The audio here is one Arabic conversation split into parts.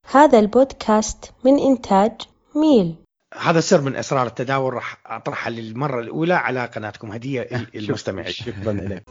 هذا البودكاست من إنتاج ميل. هذا سر من أسرار التداول راح أطرحها للمرة الأولى على قناتكم، هدية المستمعين. شكرا لك.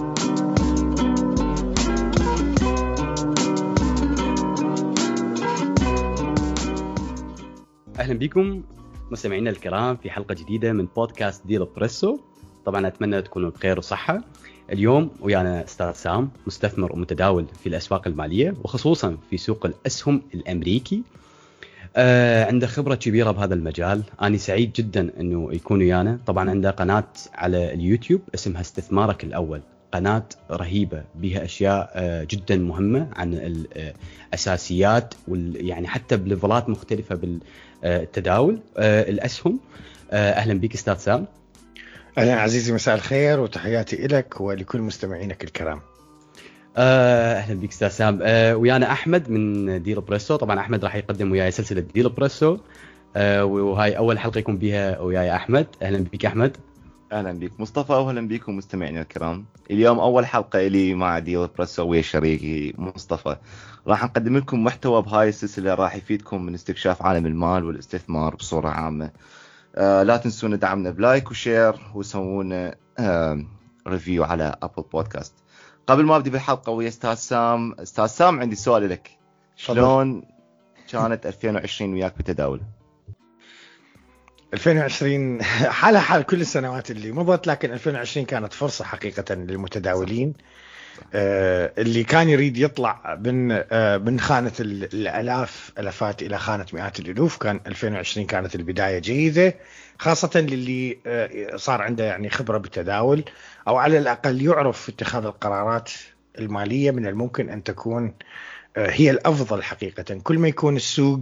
أهلا بكم مستمعينا الكرام في حلقة جديدة من بودكاست ديل بريسو. طبعا أتمنى تكونوا بخير وصحة. اليوم ويانا أستاذ سام، مستثمر ومتداول في الأسواق المالية وخصوصا في سوق الأسهم الأمريكي. عنده خبرة كبيرة بهذا المجال. أنا سعيد جدا أنه يكون ويانا. طبعا عنده قناة على اليوتيوب اسمها استثمارك الأول، قناة رهيبة بها أشياء جدا مهمة عن الأساسيات يعني حتى بليفلات مختلفة بالتداول الأسهم. أهلا بك أستاذ سام. أهلا عزيزي، مساء الخير وتحياتي لك ولكل مستمعينك الكرام. أهلا بك أستاذ سام. ويانا أحمد من ديل بريسو. طبعا أحمد راح يقدم وياي سلسلة ديل بريسو، وهاي أول حلقة يكون بها وياي أحمد. أهلا بك أحمد. أهلا بك مصطفى، وأهلا بكم مستمعينا الكرام. اليوم أول حلقة لي مع ديل بريسو ويا شريكي مصطفى. راح نقدم لكم محتوى بهاي السلسلة راح يفيدكم من استكشاف عالم المال والاستثمار بصورة عامة. لا تنسون دعمنا بلايك وشير وسوونا ريفيو على أبل بودكاست. قبل ما أبدأ بالحلقة ويا أستاذ سام عندي سؤال لك. شلون كانت 2020 وياك بالتداول؟ 2020 حال كل السنوات اللي مضت، لكن 2020 كانت فرصة حقيقة للمتداولين. اللي كان يريد يطلع من خانة الآلافات إلى خانة مئات الألوف، كان 2020 كانت البداية جيدة، خاصة للي صار عنده يعني خبرة بالتداول، أو على الأقل يعرف اتخاذ القرارات المالية من الممكن أن تكون هي الأفضل حقيقة. كل ما يكون السوق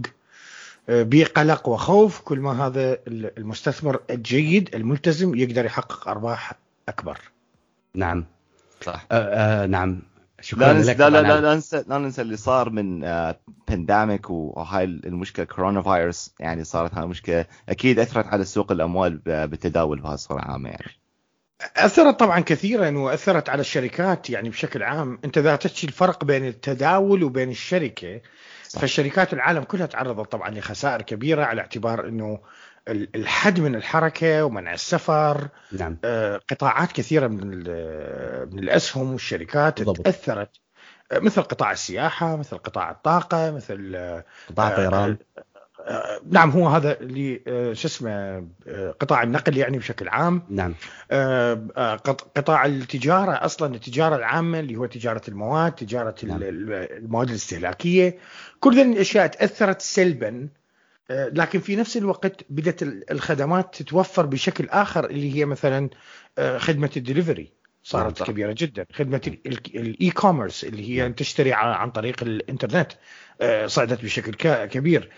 بقلق وخوف، كل ما هذا المستثمر الجيد الملتزم يقدر يحقق أرباح أكبر. نعم صح. نعم. شكرا لك. لا ننسى اللي صار من بانديميك وهاي المشكلة كورونا فيروس. يعني صارت هاي المشكلة أكيد أثرت على سوق الأموال بالتداول بهالصورة عامة. يعني أثرت طبعا كثيرا، وأثرت على الشركات يعني بشكل عام. أنت إذا تحكي الفرق بين التداول وبين الشركة، صح. فالشركات العالم كلها تعرضت طبعا لخسائر كبيرة على اعتبار أنه الحد من الحركة ومنع السفر. نعم. قطاعات كثيرة من الأسهم والشركات تأثرت، مثل قطاع السياحة، مثل قطاع الطاقة، مثل قطاع الطيران. نعم، هو هذا اللي قطاع النقل يعني بشكل عام. نعم. قطاع التجارة، أصلا التجارة العامة اللي هو تجارة المواد، تجارة نعم. المواد الاستهلاكية، كل ذلك الأشياء تأثرت سلبا. لكن في نفس الوقت بدأت الخدمات تتوفر بشكل آخر، اللي هي مثلا خدمة الدليفري صارت كبيرة جدا. خدمة الإي كوميرس اللي هي تشتري عن طريق الإنترنت صعدت بشكل كبير.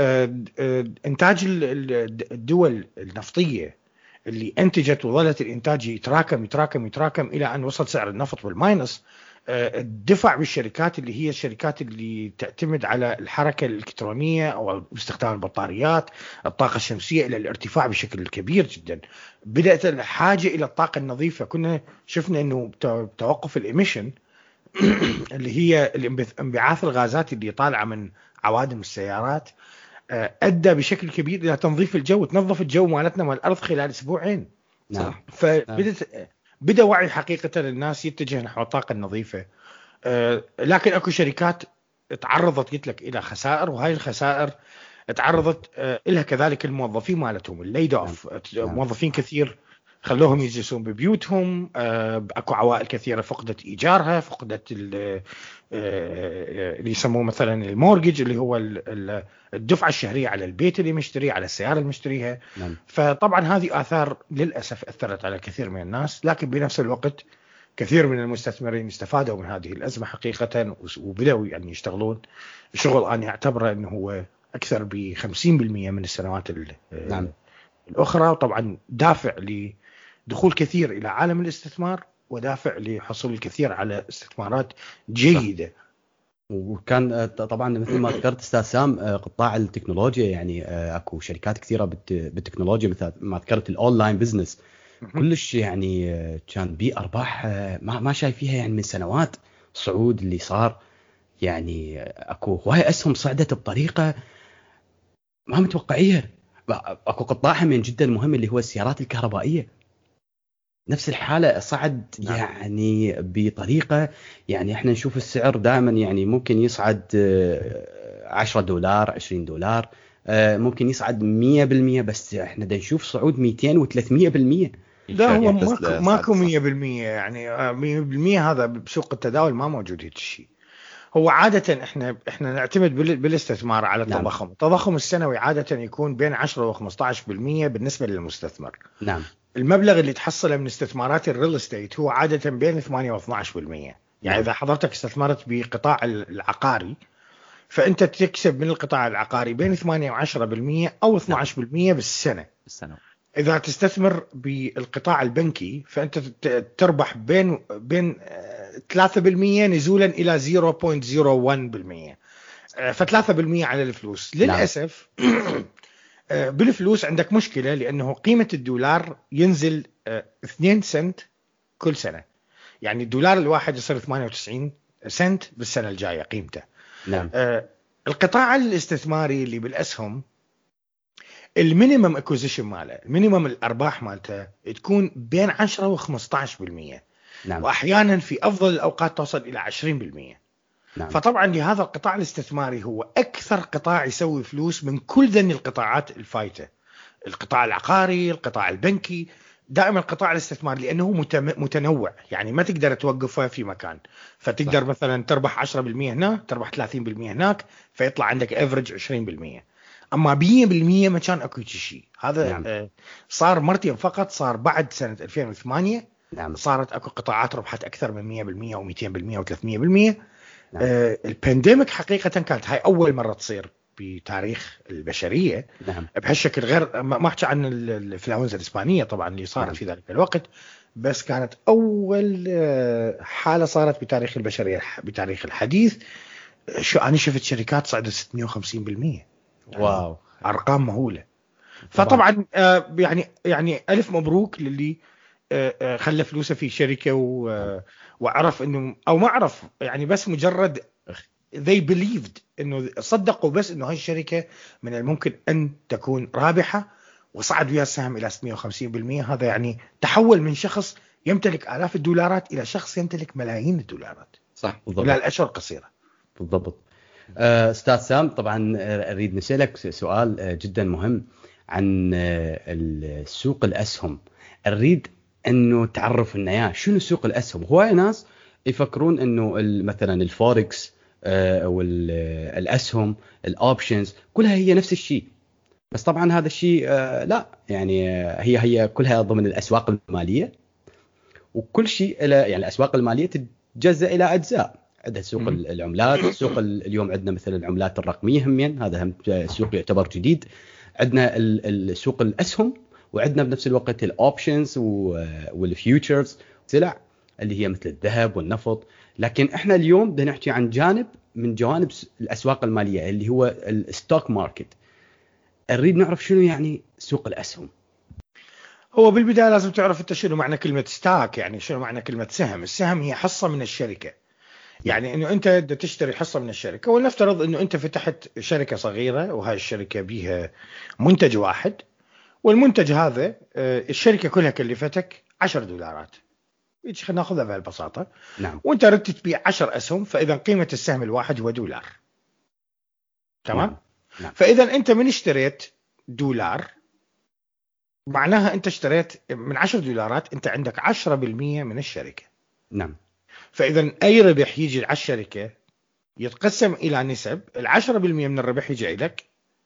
إنتاج الدول النفطية اللي أنتجت وظلت الإنتاج يتراكم إلى أن وصل سعر النفط بالماينس. الدفع بالشركات اللي هي الشركات اللي تعتمد على الحركة الإلكترونية أو استخدام البطاريات، الطاقة الشمسية، إلى الارتفاع بشكل كبير جدا. بدأت الحاجة إلى الطاقة النظيفة. كنا شفنا أنه توقف الإيميشن اللي هي انبعاث الغازات اللي طالعة من عوادم السيارات، أدى بشكل كبير إلى تنظيف الجو. تنظف الجو مالتنا والأرض خلال أسبوعين. نعم. بدأ وعي حقيقة الناس يتجه نحو الطاقة النظيفة. لكن أكو شركات تعرضت قلت لك إلى خسائر، وهاي الخسائر تعرضت إلها كذلك الموظفين مالتهم الليد أوف. موظفين كثير خلوهم يجلسون ببيوتهم. أكو عوائل كثيرة فقدت إيجارها، فقدت اللي يسموه مثلا المورجج، اللي هو الدفعة الشهرية على البيت اللي مشتريه، على السيارة اللي مشتريها. نعم. فطبعا هذه آثار للأسف أثرت على كثير من الناس، لكن بنفس الوقت كثير من المستثمرين استفادوا من هذه الأزمة حقيقة، وبدأوا يعني يشتغلون شغل أنا أعتبره أنه هو أكثر ب50% من السنوات نعم. الأخرى. وطبعا دافع لدخول كثير إلى عالم الاستثمار، ودافع لحصول الكثير على استثمارات جيدة. وكان طبعا مثل ما ذكرت أستاذ سام قطاع التكنولوجيا، يعني أكو شركات كثيرة بالتكنولوجيا، مثل ما ذكرت الأونلاين بزنس كلش يعني كان بيه أرباح ما شايف فيها يعني من سنوات. صعود اللي صار يعني اكو هواي اسهم صعدت بطريقه ما متوقعيه. اكو قطاع من جدا مهم اللي هو السيارات الكهربائيه، نفس الحاله صعد يعني بطريقه، يعني احنا نشوف السعر دائما يعني ممكن يصعد $10 $20، ممكن يصعد 100%، بس احنا دا نشوف صعود 200 و300%. لا هو ماكو 100%، يعني 100% هذا بسوق التداول ما موجود هيك شيء. هو عادة احنا نعتمد بالاستثمار على التضخم. التضخم السنوي عادة يكون بين 10 و15% بالنسبة للمستثمر. نعم. المبلغ اللي تحصله من استثمارات الريل استيت هو عادة بين 8 و12%. يعني إذا حضرتك استثمرت بقطاع العقاري فأنت تكسب من القطاع العقاري بين 8 و10% أو 12% بالسنة. إذا تستثمر بالقطاع البنكي فأنت تربح بين 3% نزولا إلى 0.01%. ف3% على الفلوس. للأسف بالفلوس عندك مشكلة، لأنه قيمة الدولار ينزل 2 سنت كل سنة. يعني الدولار الواحد يصير 98 سنت بالسنة الجاية قيمته. نعم. القطاع الاستثماري اللي بالأسهم المينيمم اكوزيشن ماله، المينيمم الأرباح مالته تكون بين 10 و15%. نعم. وأحيانا في أفضل الأوقات توصل إلى 20%. نعم. فطبعا لهذا القطاع الاستثماري هو أكثر قطاع يسوي فلوس من كل ذني القطاعات الفايتة. القطاع العقاري، القطاع البنكي، دائما القطاع الاستثماري لأنه متنوع، يعني ما تقدر توقفه في مكان. فتقدر صح. مثلا تربح 10% هنا، تربح 30% هناك، فيطلع عندك افريج 20%. أما 100% ما كان أكو شيء. هذا نعم. صار مرتين فقط، صار بعد سنة 2008. نعم. صارت أكو قطاعات ربحت أكثر من 100% و200% و300%. نعم. البانديميك حقيقة كانت هاي أول مرة تصير بتاريخ البشرية. نعم. بهالشكل، غير ما أحكي عن الإنفلونزا الإسبانية طبعا اللي صارت. نعم. في ذلك الوقت، بس كانت أول حالة صارت بتاريخ البشرية بتاريخ الحديث. شو أنا شفت شركات صعدت 650%. واو، أرقام مهولة. فطبعا يعني ألف مبروك للي خلى فلوسه في شركة وعرف إنه، أو ما عرف، يعني بس مجرد they believed إنه صدقوا بس إنه هاي الشركة من الممكن أن تكون رابحة، وصعد ويا السهم إلى 650%. هذا يعني تحول من شخص يمتلك آلاف الدولارات إلى شخص يمتلك ملايين الدولارات. صح، بالضبط. ولا الأشهر قصيرة. بالضبط. أستاذ سام، طبعا أريد نسألك سؤال جدا مهم عن سوق الأسهم. أريد أنه تعرف لنا إياه شنو سوق الأسهم. هواي ناس يفكرون أنه مثلا الفوركس أو الأسهم الأوبشنز كلها هي نفس الشيء، بس طبعا هذا الشيء لا، يعني هي كلها ضمن الأسواق المالية، وكل شيء يعني الأسواق المالية تتجزأ إلى أجزاء. عندنا سوق العملات، سوق اليوم عندنا مثلا العملات الرقمية همين، هذا هم سوق يعتبر جديد. عندنا سوق الأسهم، وعندنا بنفس الوقت الأوبشنز والفيوتشرز، سلع اللي هي مثل الذهب والنفط. لكن احنا اليوم بدنا نحكي عن جانب من جوانب الأسواق المالية اللي هو الستوك ماركت. نريد نعرف شنو يعني سوق الأسهم. هو بالبداية لازم تعرف انت شنو معنى كلمة ستاك، يعني شنو معنى كلمة سهم. السهم هي حصة من الشركة، يعني انه انت تشتري حصة من الشركة. ولنفترض انه انت فتحت شركة صغيرة، وهاي الشركة بيها منتج واحد، والمنتج هذا الشركة كلها كلفتك $10. خلينا ناخذها بهالبساطة. نعم. وانت ردت تبيع 10 أسهم، فإذا قيمة السهم الواحد هو $1. تمام. نعم. نعم. فإذا انت من اشتريت $1 معناها انت اشتريت من $10، انت عندك 10% من الشركة. نعم. فإذا أي ربح يجي على الشركة يتقسم إلى نسب. 10% من الربح يجي لك،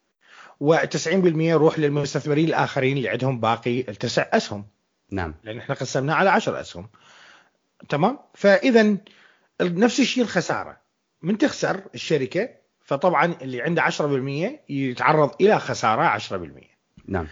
و90% يروح للمستثمرين الآخرين اللي عندهم باقي 9 أسهم. نعم. لأن احنا قسمناه على 10 أسهم. تمام. فإذا نفس الشيء الخسارة، من تخسر الشركة فطبعا اللي عنده 10% يتعرض إلى خسارة 10%. نعم.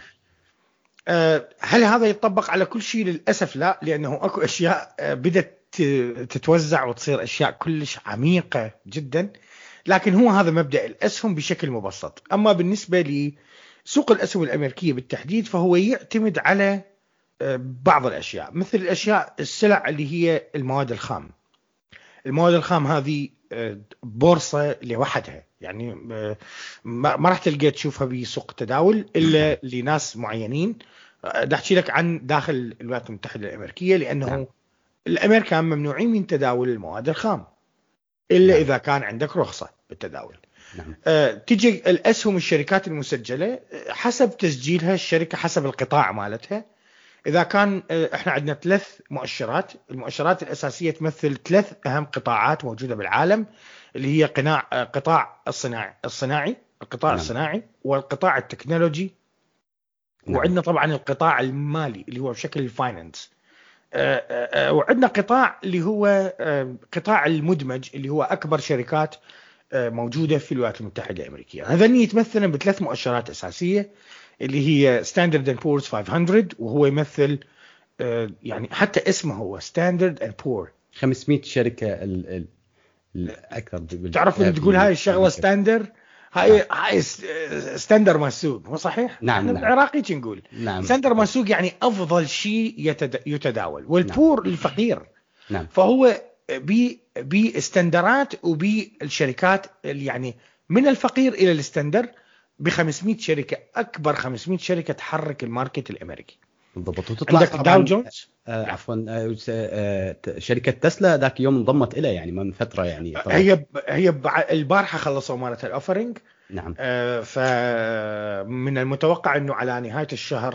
هل هذا يتطبق على كل شيء؟ للأسف لا، لأنه أكو أشياء بدأت تتوزع وتصير أشياء كلش عميقة جدا. لكن هو هذا مبدأ الأسهم بشكل مبسط. أما بالنسبة لسوق الأسهم الأمريكية بالتحديد، فهو يعتمد على بعض الأشياء، مثل الأشياء السلع اللي هي المواد الخام. المواد الخام هذه بورصة لوحدها، يعني ما راح تلقى تشوفها بسوق تداول إلا لناس معينين. دا أحكي لك عن داخل الولايات المتحدة الأمريكية، لأنه الأمريكان ممنوعين من تداول المواد الخام إلا إذا كان عندك رخصة بالتداول. تجي الأسهم الشركات المسجلة حسب تسجيلها الشركة، حسب القطاع مالتها. إذا كان إحنا عندنا 3 مؤشرات، المؤشرات الأساسية تمثل 3 أهم قطاعات موجودة بالعالم، اللي هي قطاع الصناعي، القطاع الصناعي، والقطاع التكنولوجي، وعندنا طبعا القطاع المالي اللي هو بشكل الفاينانس، وعندنا قطاع اللي هو قطاع المدمج اللي هو أكبر شركات موجودة في الولايات المتحدة الأمريكية. هذين يتمثلن ب3 مؤشرات أساسية اللي هي Standard & Poor's 500، وهو يمثل يعني حتى اسمه هو Standard & Poor 500 شركة الأكثر. تعرف أن تقول هاي الشغلة ستاندر، هاي ستاندر مسوق، مو صحيح؟ نعم. بالعراقي نقول ستاندر مسوق، يعني أفضل شيء يتداول، والبور الفقير. فهو باستندرات وبالشركات يعني من الفقير إلى الاستندر ب500 شركة، أكبر 500 شركة تحرك الماركت الأمريكي. بالضبط. عندك داو جونز، عفوا شركة تسلا ذاك يوم انضمت إليه يعني من فترة، يعني هي البارحة خلصوا مالتها الأوفرينج. نعم. فمن المتوقع إنه على نهاية الشهر،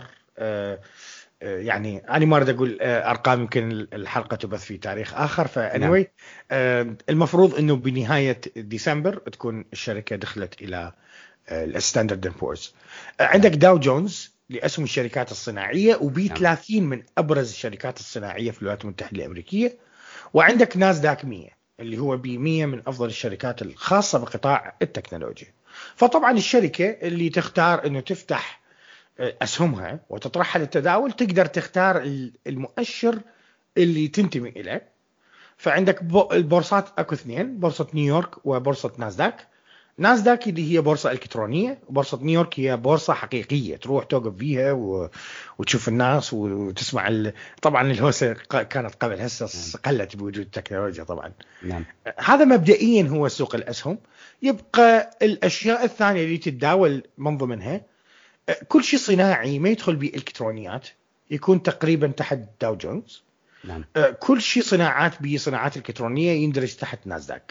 يعني أنا ما أريد أقول أرقام، يمكن الحلقة تبث في تاريخ آخر. فأنوي المفروض إنه بنهاية ديسمبر تكون الشركة دخلت إلى الستاندرد اند بورز. عندك داو جونز لأسهم الشركات الصناعية، وبي 30 من أبرز الشركات الصناعية في الولايات المتحدة الأمريكية. وعندك ناسداك 100 اللي هو ب 100 من أفضل الشركات الخاصة بقطاع التكنولوجيا. فطبعا الشركة اللي تختار إنه تفتح أسهمها وتطرحها للتداول تقدر تختار المؤشر اللي تنتمي إليه. فعندك البورصات أكو 2، بورصة نيويورك وبورصة ناسداك. ناسداك اللي هي بورصة إلكترونية، وبورصة نيويورك هي بورصة حقيقية تروح توقف فيها وتشوف الناس وتسمع طبعا الهوسة كانت قبل، هسه قلت بوجود التكنولوجيا طبعا. هذا مبدئيا هو سوق الأسهم. يبقى الأشياء الثانية اللي تتداول من ضمنها كل شيء صناعي ما يدخل بالإلكترونيات يكون تقريبا تحت داو جونز. كل شيء صناعات الإلكترونية يندرج تحت ناسداك.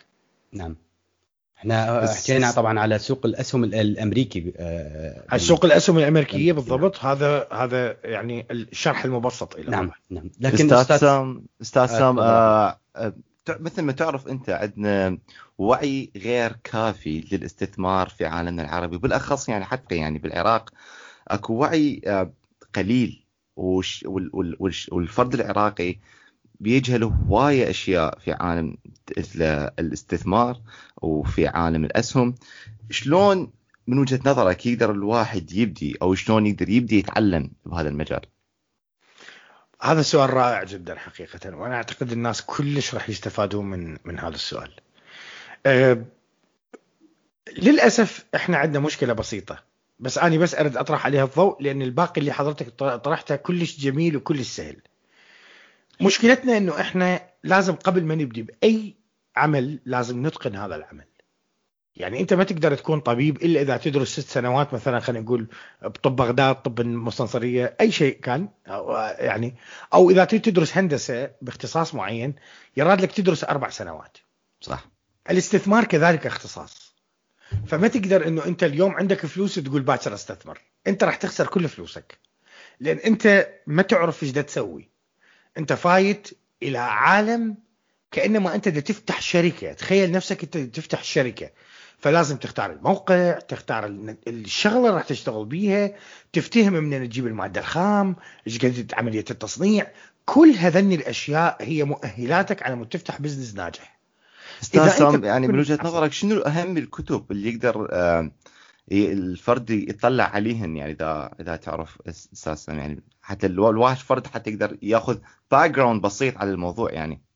احنا حكينا طبعا على سوق الاسهم الامريكي، السوق الاسهم الامريكيه بالضبط. هذا يعني الشرح المبسط له. نعم. لكن استاذ سام مثل ما تعرف انت عندنا وعي غير كافي للاستثمار في عالمنا العربي، بالاخص يعني حتى يعني بالعراق اكو وعي قليل، والفرد العراقي بيجهل هواية أشياء في عالم الاستثمار وفي عالم الأسهم. شلون من وجهة نظرك يقدر الواحد يبدي، أو شلون يقدر يبدي يتعلم بهذا المجال؟ هذا سؤال رائع جدا حقيقة، وأنا أعتقد الناس كلش رح يستفادون من هذا السؤال. للأسف إحنا عندنا مشكلة بسيطة، بس أنا بس أريد أطرح عليها الضوء، لأن الباقي اللي حضرتك طرحته كلش جميل وكلش سهل. مشكلتنا انه احنا لازم قبل ما نبدي باي عمل لازم نتقن هذا العمل. يعني انت ما تقدر تكون طبيب الا اذا تدرس 6 سنوات مثلا، خلينا نقول بطب بغداد، طب المستنصرية، اي شيء كان، او اذا تدرس هندسة باختصاص معين يراد لك تدرس 4 سنوات. صح. الاستثمار كذلك اختصاص. فما تقدر انه انت اليوم عندك فلوس تقول باكر استثمر، انت راح تخسر كل فلوسك، لان انت ما تعرف ايش دا تسوي. انت فايت الى عالم كأنما انت دا تفتح شركة. تخيل نفسك انت تفتح شركة، فلازم تختار الموقع، تختار الشغلة اللي راح تشتغل بيها، تفتهم من تجيب المادة الخام، ايش قد عملية التصنيع. كل هذين الاشياء هي مؤهلاتك على ما تفتح بزنس ناجح. استاذ سام، يعني من وجهة نظرك شنو اهم الكتب اللي يقدر الفرد يطلع عليهن؟ يعني اذا تعرف استاذ سام، يعني حتى الواحد فرد حتى يقدر ياخذ باك جراوند بسيط على الموضوع.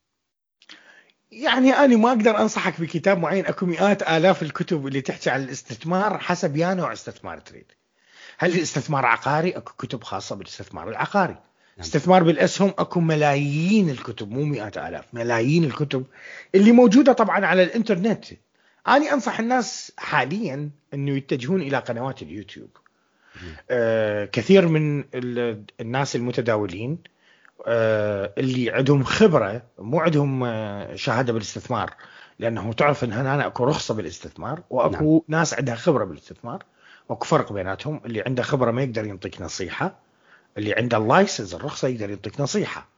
يعني انا ما اقدر انصحك بكتاب معين، اكو مئات الاف الكتب اللي تحكي عن الاستثمار حسب يا نوع استثمار تريد. هل الاستثمار عقاري؟ اكو كتب خاصة بالاستثمار العقاري. استثمار بالأسهم أكو ملايين الكتب، مو مئات آلاف، ملايين الكتب اللي موجودة طبعا على الإنترنت. أنا أنصح الناس حاليا أنه يتجهون إلى قنوات اليوتيوب. كثير من الناس المتداولين اللي عندهم خبرة، مو عندهم شهادة بالاستثمار، لأنه تعرف أن هنا أكو رخصة بالاستثمار وأكو ناس عندها خبرة بالاستثمار، وأكو فرق بيناتهم. اللي عنده خبرة ما يقدر ينطيك نصيحة، اللي عنده اللايسنس الرخصة يقدر ينطيك نصيحة.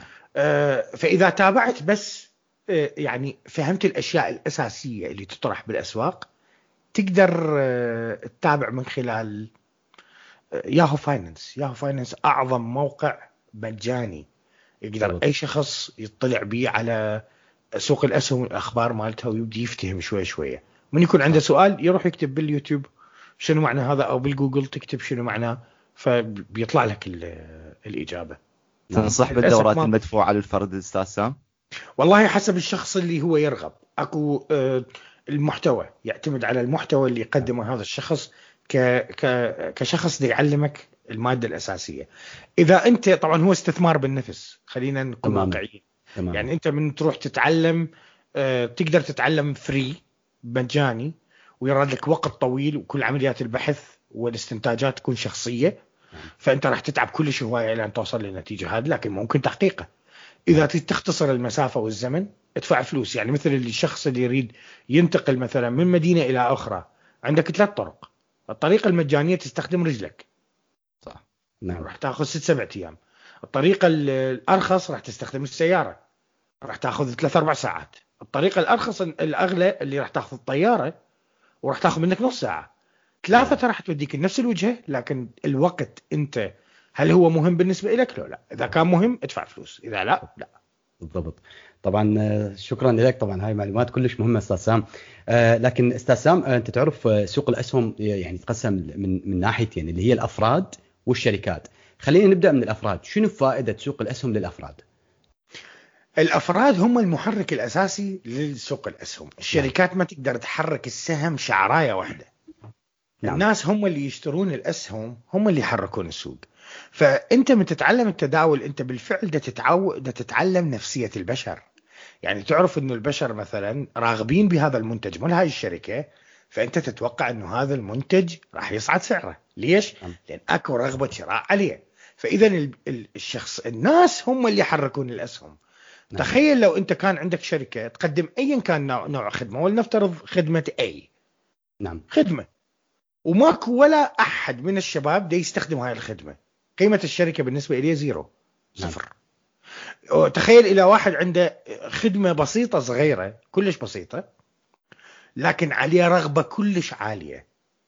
فإذا تابعت بس يعني فهمت الأشياء الأساسية اللي تطرح بالأسواق، تقدر تتابع من خلال ياهو فاينانس. ياهو فاينانس أعظم موقع مجاني يقدر أي شخص يطلع بيه على سوق الأسهم والأخبار مالتها، ويبدي يفتهم شوية شوية. من يكون عنده سؤال يروح يكتب باليوتيوب شنو معنى هذا، أو بالجوجل تكتب شنو معناه، فبيطلع لك الإجابة. تنصح بالدورات المدفوعة للفرد أستاذ سام؟ والله حسب الشخص اللي هو يرغب. أكو المحتوى يعتمد على المحتوى اللي يقدمه هذا الشخص كشخص يعلمك المادة الأساسية. إذا أنت طبعا هو استثمار بالنفس، خلينا نكون واقعيين. يعني أنت من تروح تتعلم تقدر تتعلم فري مجاني، ويراد لك وقت طويل، وكل عمليات البحث والاستنتاجات تكون شخصية، فأنت راح تتعب كل هواية إلى أن توصل للنتيجة هذه، لكن ممكن تحقيقه. إذا تختصر المسافة والزمن ادفع فلوس. يعني مثل الشخص اللي يريد ينتقل مثلا من مدينة إلى أخرى، عندك 3 طرق. الطريقة المجانية تستخدم رجلك، صح، راح تأخذ 6-7 أيام. الطريقة الأرخص راح تستخدم السيارة، راح تأخذ 3-4 ساعات. الطريقة الأرخص الأغلى اللي راح تأخذ الطيارة، وراح تأخذ منك نص ساعة. 3 راح توديك نفس الوجهة، لكن الوقت أنت هل هو مهم بالنسبة لك؟ لا. إذا كان مهم ادفع فلوس، إذا لا. بالضبط. طبعا شكرا لك. طبعا هاي معلومات كلش مهمة أستاذ سام. لكن أستاذ سام، أنت تعرف سوق الأسهم يعني يتقسم من ناحيتين، اللي هي الأفراد والشركات. خلينا نبدأ من الأفراد. شنو فائدة سوق الأسهم للأفراد؟ الأفراد هم المحرك الأساسي للسوق الأسهم. الشركات ما تقدر تحرك السهم شعراية واحدة. الناس هم اللي يشترون الأسهم، هم اللي يحركون السوق. فأنت من تتعلم التداول، أنت بالفعل دا تتعلم نفسية البشر. يعني تعرف أنه البشر مثلا راغبين بهذا المنتج من هاي الشركة، فأنت تتوقع أنه هذا المنتج راح يصعد سعره. ليش؟ لأن أكو رغبة شراء عليه. فإذا الناس هم اللي يحركون الأسهم. تخيل لو أنت كان عندك شركة تقدم أيا كان نوع خدمة، ولنفترض خدمة خدمة، وماكو ولا أحد من الشباب دا يستخدم هاي الخدمة، قيمة الشركة بالنسبة إليه 0. تخيل إلى واحد عنده خدمة بسيطة صغيرة، كلش بسيطة، لكن عليها رغبة كلش عالية.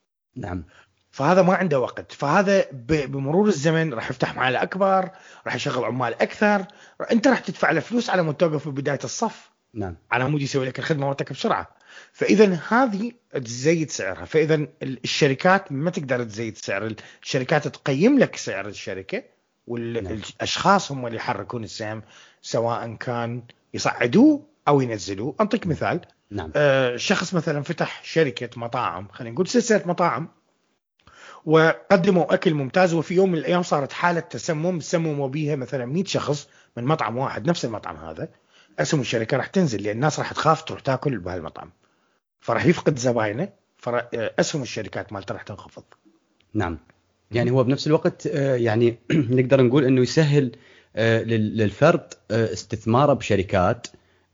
فهذا ما عنده وقت. فهذا بمرور الزمن راح يفتح محل أكبر، راح يشغل عمال أكثر، أنت راح تدفع له فلوس على مود توقف في بداية الصف، على مود يسوي لك الخدمة مرتك بسرعة. فإذا هذه تزيد سعرها. فإذا الشركات ما تقدر تزيد سعر. الشركات تقيم لك سعر الشركة، والأشخاص هم اللي يحركون السهم، سواء كان يصعدوه أو ينزلوه. أنطيك مثال. شخص مثلا فتح شركة مطاعم، خلينا نقول سلسلة مطاعم، وقدموا أكل ممتاز، وفي يوم من الأيام صارت حالة تسمم، سمموا بيها مثلا 100 شخص من مطعم واحد، نفس المطعم هذا. أسهم الشركة راح تنزل، لأن الناس راح تخاف تروح تاكل بهالمطعم، فراح يفقد زباينه، فأسهم الشركات مالته راح تنخفض. يعني هو بنفس الوقت يعني نقدر نقول أنه يسهل للفرد استثماره بشركات،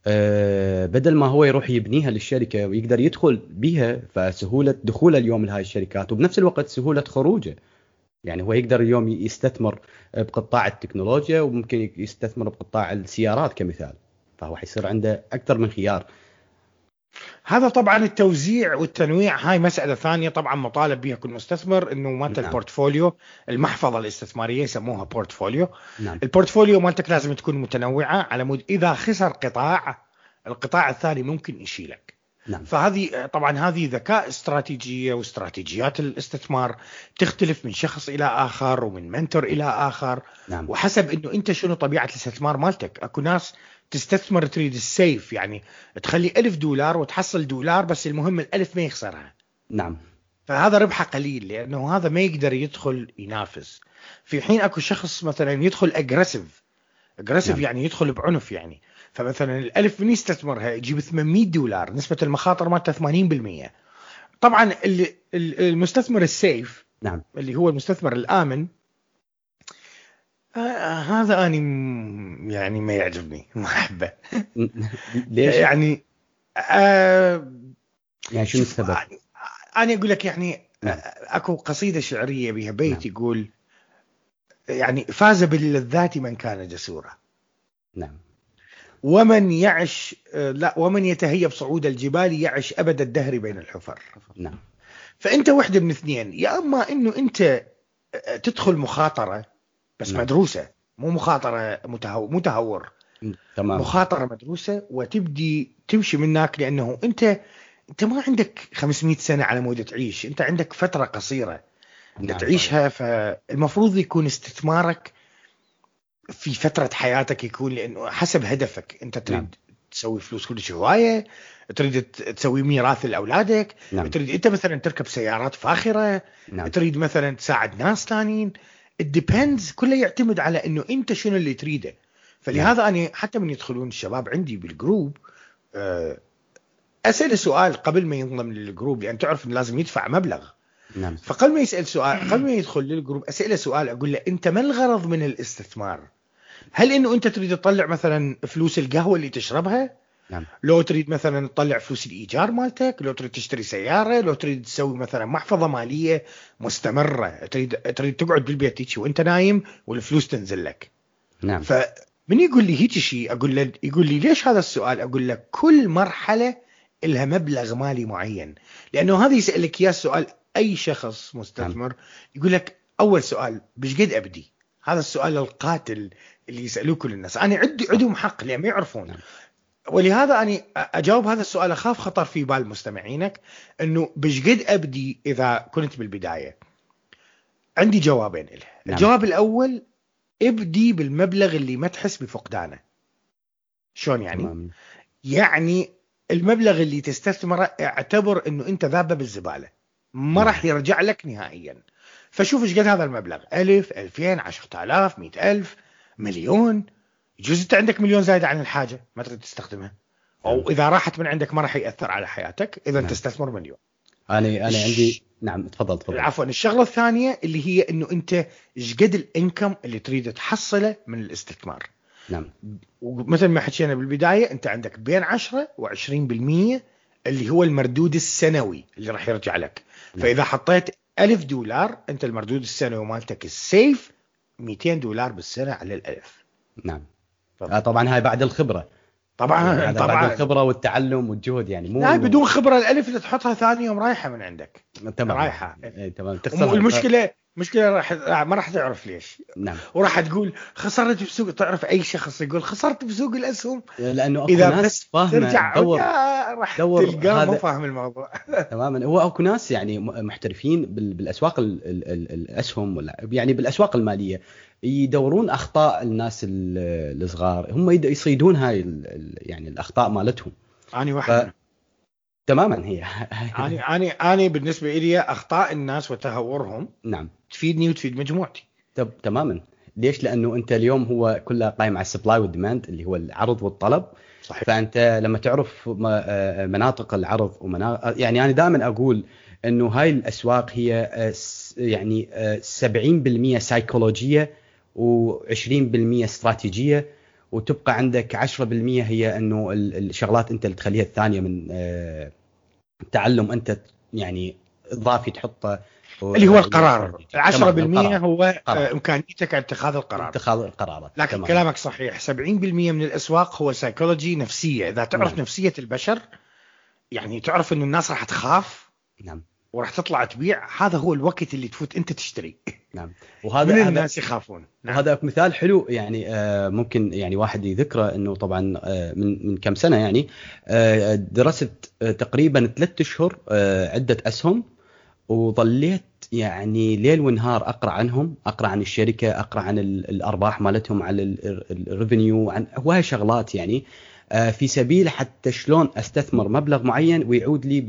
بدل ما هو يروح يبنيها للشركة ويقدر يدخل بيها، فسهولة دخوله اليوم لهاي الشركات، وبنفس الوقت سهولة خروجه. يعني هو يقدر اليوم يستثمر بقطاع التكنولوجيا، وممكن يستثمر بقطاع السيارات كمثال، فهو حيصير عنده أكثر من خيار. هذا طبعا التوزيع والتنويع هاي مسألة ثانية طبعا مطالب بها كل مستثمر، انه مالت البورتفوليو، المحفظة الاستثمارية يسموها بورتفوليو. البورتفوليو مالتك لازم تكون متنوعة، على مود اذا خسر القطاع الثاني ممكن يشيلك. فهذه طبعا هذه ذكاء استراتيجية، واستراتيجيات الاستثمار تختلف من شخص إلى آخر، ومن منتور إلى آخر. وحسب إنه أنت شنو طبيعة الاستثمار مالتك. أكو ناس تستثمر تريد السيف، يعني تخلي $1000 وتحصل $1، بس المهم $1000 ما يخسرها. فهذا ربحه قليل لانه هذا ما يقدر يدخل ينافس. في حين اكو شخص مثلا يدخل اجريسيف نعم. يعني يدخل بعنف يعني. فمثلا الألف من يستثمرها يجيب $800، نسبة المخاطر مالته 80%. طبعا المستثمر السيف نعم. اللي هو المستثمر الآمن هذا أنا يعني ما يعجبني، ما أحبه. ليش؟ يعني يعني شنو السبب؟ أنا أقول لك يعني نعم. أكو قصيدة شعرية بها بيت نعم. يقول يعني فاز باللذات من كان جسورا، نعم. ومن يعش ومن يتهيب صعود الجبال يعش أبد الدهر بين الحفر. نعم. فأنت وحدة من اثنين، يا أما أنه أنت تدخل مخاطرة بس نعم. مدروسة، مو مخاطرة متهور، تمام. مخاطرة مدروسة وتبدي تمشي منك، لأنه أنت ما عندك 500 سنة على مود تعيش، أنت عندك فترة قصيرة نعم. تعيشها. فالمفروض يكون استثمارك في فترة حياتك يكون لأنه حسب هدفك. أنت تريد نعم. تسوي فلوس كلش هواية، تريد تسوي ميراث لأولادك، نعم. تريد أنت مثلا تركب سيارات فاخرة، نعم. تريد مثلا تساعد ناس ثانيين. it depends، كله يعتمد على أنه أنت شنو اللي تريده. فلهذا أنا حتى من يدخلون الشباب عندي بالجروب أسأل سؤال قبل ما ينضم للجروب، لأن تعرف إنه لازم يدفع مبلغ. نعم. فقبل ما يسأل سؤال، قبل ما يدخل للجروب أسأله سؤال، أقول له أنت ما الغرض من الاستثمار؟ هل إنه أنت تريد تطلع مثلا فلوس القهوة اللي تشربها؟ نعم. لو تريد مثلا تطلع فلوس الإيجار مالتك، لو تريد تشتري سيارة، لو تريد تسوي مثلا محفظة مالية تستمرة، تريد تقعد بالبيت هيك وانت نايم والفلوس تنزل لك. نعم. فمن يقول لي هيك شيء أقول له، يقول لي ليش هذا السؤال؟ أقول له كل مرحلة لها مبلغ مالي معين، لأنه هذا يسألك إياه السؤال أي شخص مستثمر. يقول لك أول سؤال بش قد أبدي؟ هذا السؤال القاتل اللي يسألوه كل الناس. أنا عندهم حق لأن ما يعرفون. نعم. ولهذا أنا أجاوب هذا السؤال، أخاف خطر في بال مستمعينك إنه بش قد أبدي إذا كنت بالبداية. عندي جوابين له. نعم. الجواب الأول، ابدي بالمبلغ اللي ما تحس بفقدانه. شلون يعني؟ تمام. يعني المبلغ اللي تستثمره اعتبر إنه أنت ذابة بالزبالة، ما راح يرجع لك نهائيا. فشوف ايش قد هذا المبلغ، 1000 2000 10000 100,000 مليون. يجوز انت عندك مليون زايدة عن الحاجة ما تريد تستخدمها، او اذا راحت من عندك ما راح يأثر على حياتك اذا تستثمر مليون. انا عندي. نعم تفضل. عفوا. الشغلة الثانية اللي هي انه انت ايش قد الانكم اللي تريد تحصله من الاستثمار. نعم. ومثل ما حكينا بالبداية انت عندك بين 10 و20% اللي هو المردود السنوي اللي راح يرجع لك. نعم. فاذا حطيت $1000 انت المردود السنوي مالتك السيف $200 بالسنة على $1000. نعم. طبعا هاي بعد الخبرة. طبعا بعد الخبرة والتعلم والجهد، يعني مو لا بدون خبرة $1000 اللي تحطها ثاني يوم رايحة من عندك. تمام. رايحة. تمام. تخسر. المشكلة ما راح تعرف ليش. نعم. وراح تقول خسرت بسوق. تعرف أي شخص يقول خسرت بسوق الأسهم، لأنه أكو إذا ناس بس فاهمة ترجع راح تلقاه ما هذا. فاهم الموضوع. تماما. هو أكو ناس يعني محترفين بالأسواق الأسهم ولا يعني بالأسواق المالية، يدورون أخطاء الناس الصغار، هم يصيدون هاي يعني الأخطاء مالتهم. أنا واحد. تماما. هي أنا بالنسبة لي أخطاء الناس وتهورهم نعم تفيدني وتفيد مجموعتي. تماما. ليش؟ لأنه أنت اليوم هو كله قائم على السبلاي والديماند اللي هو العرض والطلب. صحيح. فأنت لما تعرف مناطق العرض يعني أنا دائما أقول أنه هاي الأسواق هي يعني 70% سايكولوجية و20% استراتيجية، وتبقى عندك 10% هي أنه الشغلات أنت اللي تخليها الثانية من تعلم أنت يعني إضافي تحطه اللي هو القرار. 10% هو إمكانيتك اتخاذ القرارات. لكن تمام. كلامك صحيح. 70% من الأسواق هو سايكولوجي، نفسية. إذا تعرف نفسية البشر يعني تعرف إنه الناس راح تخاف. نعم. وراح تطلع تبيع. هذا هو الوقت اللي تفوت أنت تشتري. نعم. وهذا من الناس يخافون. نعم. هذا مثال حلو يعني ممكن يعني واحد يذكره انه طبعا من كم سنة يعني درست تقريبا 3 أشهر عدة أسهم، وظليت يعني ليل ونهار أقرأ عنهم، أقرأ عن الشركة، أقرأ عن الأرباح مالتهم، على الريفينيو، عن هواي شغلات يعني في سبيل حتى شلون أستثمر مبلغ معين ويعود لي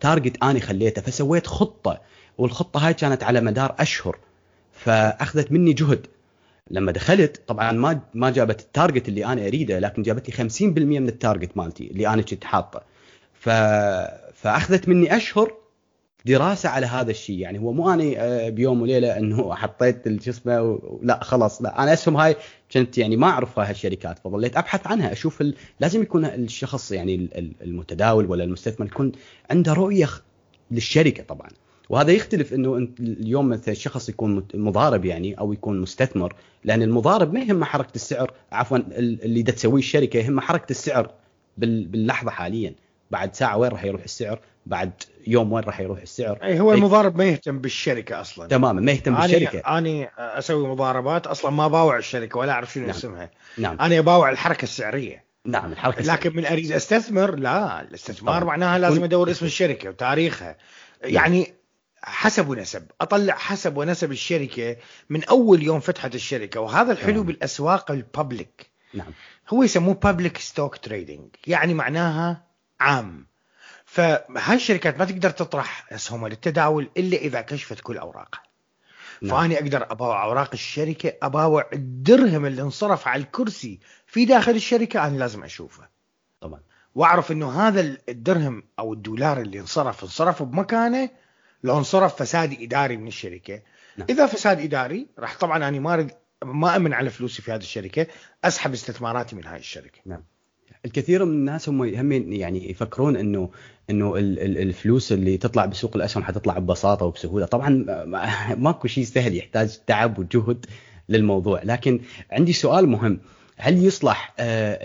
تارجت أنا خليته، فسويت خطة، والخطة هاي كانت على مدار أشهر، فأخذت مني جهد. لما دخلت طبعا ما جابت التارجت اللي أنا أريده، لكن جابت لي 50% من التارجت مالتي اللي أنا كنت حاطه. فأخذت مني أشهر دراسة على هذا الشيء. يعني هو مو أنا بيوم وليلة أنه حطيت الجسمة لا خلاص، لا، أنا أسهم هاي كنت يعني ما أعرفها هالشركات، فظليت أبحث عنها، أشوف لازم يكون الشخص يعني المتداول ولا المستثمر يكون عنده رؤية للشركة طبعا. وهذا يختلف انه اليوم مثلا الشخص يكون مضارب يعني او يكون مستثمر، لان المضارب ما يهمه حركه السعر، عفوا اللي دا تسويه الشركه يهمه حركه السعر باللحظه حاليا، بعد ساعه وين راح يروح السعر، بعد يوم وين راح يروح السعر. اي هو المضارب ما يهتم بالشركه اصلا تماما، ما يهتم بالشركه. انا اسوي مضاربات اصلا ما باوع الشركه ولا اعرف شنو اسمها. نعم. انا باوع الحركه السعريه. نعم، الحركه لكن السعرية. من اريد استثمر، لا، الاستثمار طبعا. معناها لازم ادور اسم الشركه وتاريخها. يعني حسب ونسب، اطلع حسب ونسب الشركه من اول يوم فتحت الشركه. وهذا الحلو بالاسواق الببليك. نعم. هو يسموه بابليك ستوك تريدينج، يعني معناها عام. فهاي الشركات ما تقدر تطرح اسهمها للتداول الا اذا كشفت كل اوراقها. فاني اقدر اباوع اوراق الشركه، اباوع الدرهم اللي انصرف على الكرسي في داخل الشركه، انا لازم اشوفه طبعا، واعرف انه هذا الدرهم او الدولار اللي انصرف بمكانه، لو انصرف فساد اداري من الشركه. نعم. اذا فساد اداري راح طبعا انا ما امن على فلوسي في هذه الشركه، اسحب استثماراتي من هاي الشركه. نعم. الكثير من الناس هم يعني يفكرون انه الفلوس اللي تطلع بسوق الاسهم حتطلع ببساطه وبسهوله. طبعا ماكو شيء سهل، يحتاج تعب وجهد للموضوع. لكن عندي سؤال مهم، هل يصلح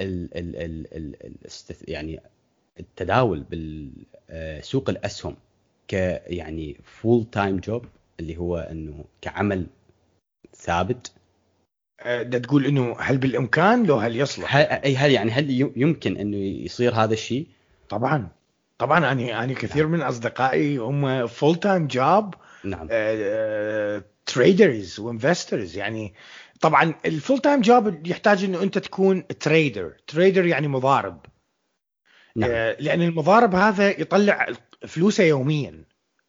يعني التداول بالسوق الاسهم يعني فول تايم جوب، اللي هو انه كعمل ثابت؟ ده تقول انه هل بالامكان لو هل يصلح؟ هل يمكن انه يصير هذا الشيء؟ طبعا انا كثير من اصدقائي هم فول تايم جوب. نعم. تريدرز وانفسترز. يعني طبعا الفول تايم جوب يحتاج انه انت تكون تريدر يعني مضارب. نعم. لان المضارب هذا يطلع فلوسه يوميا.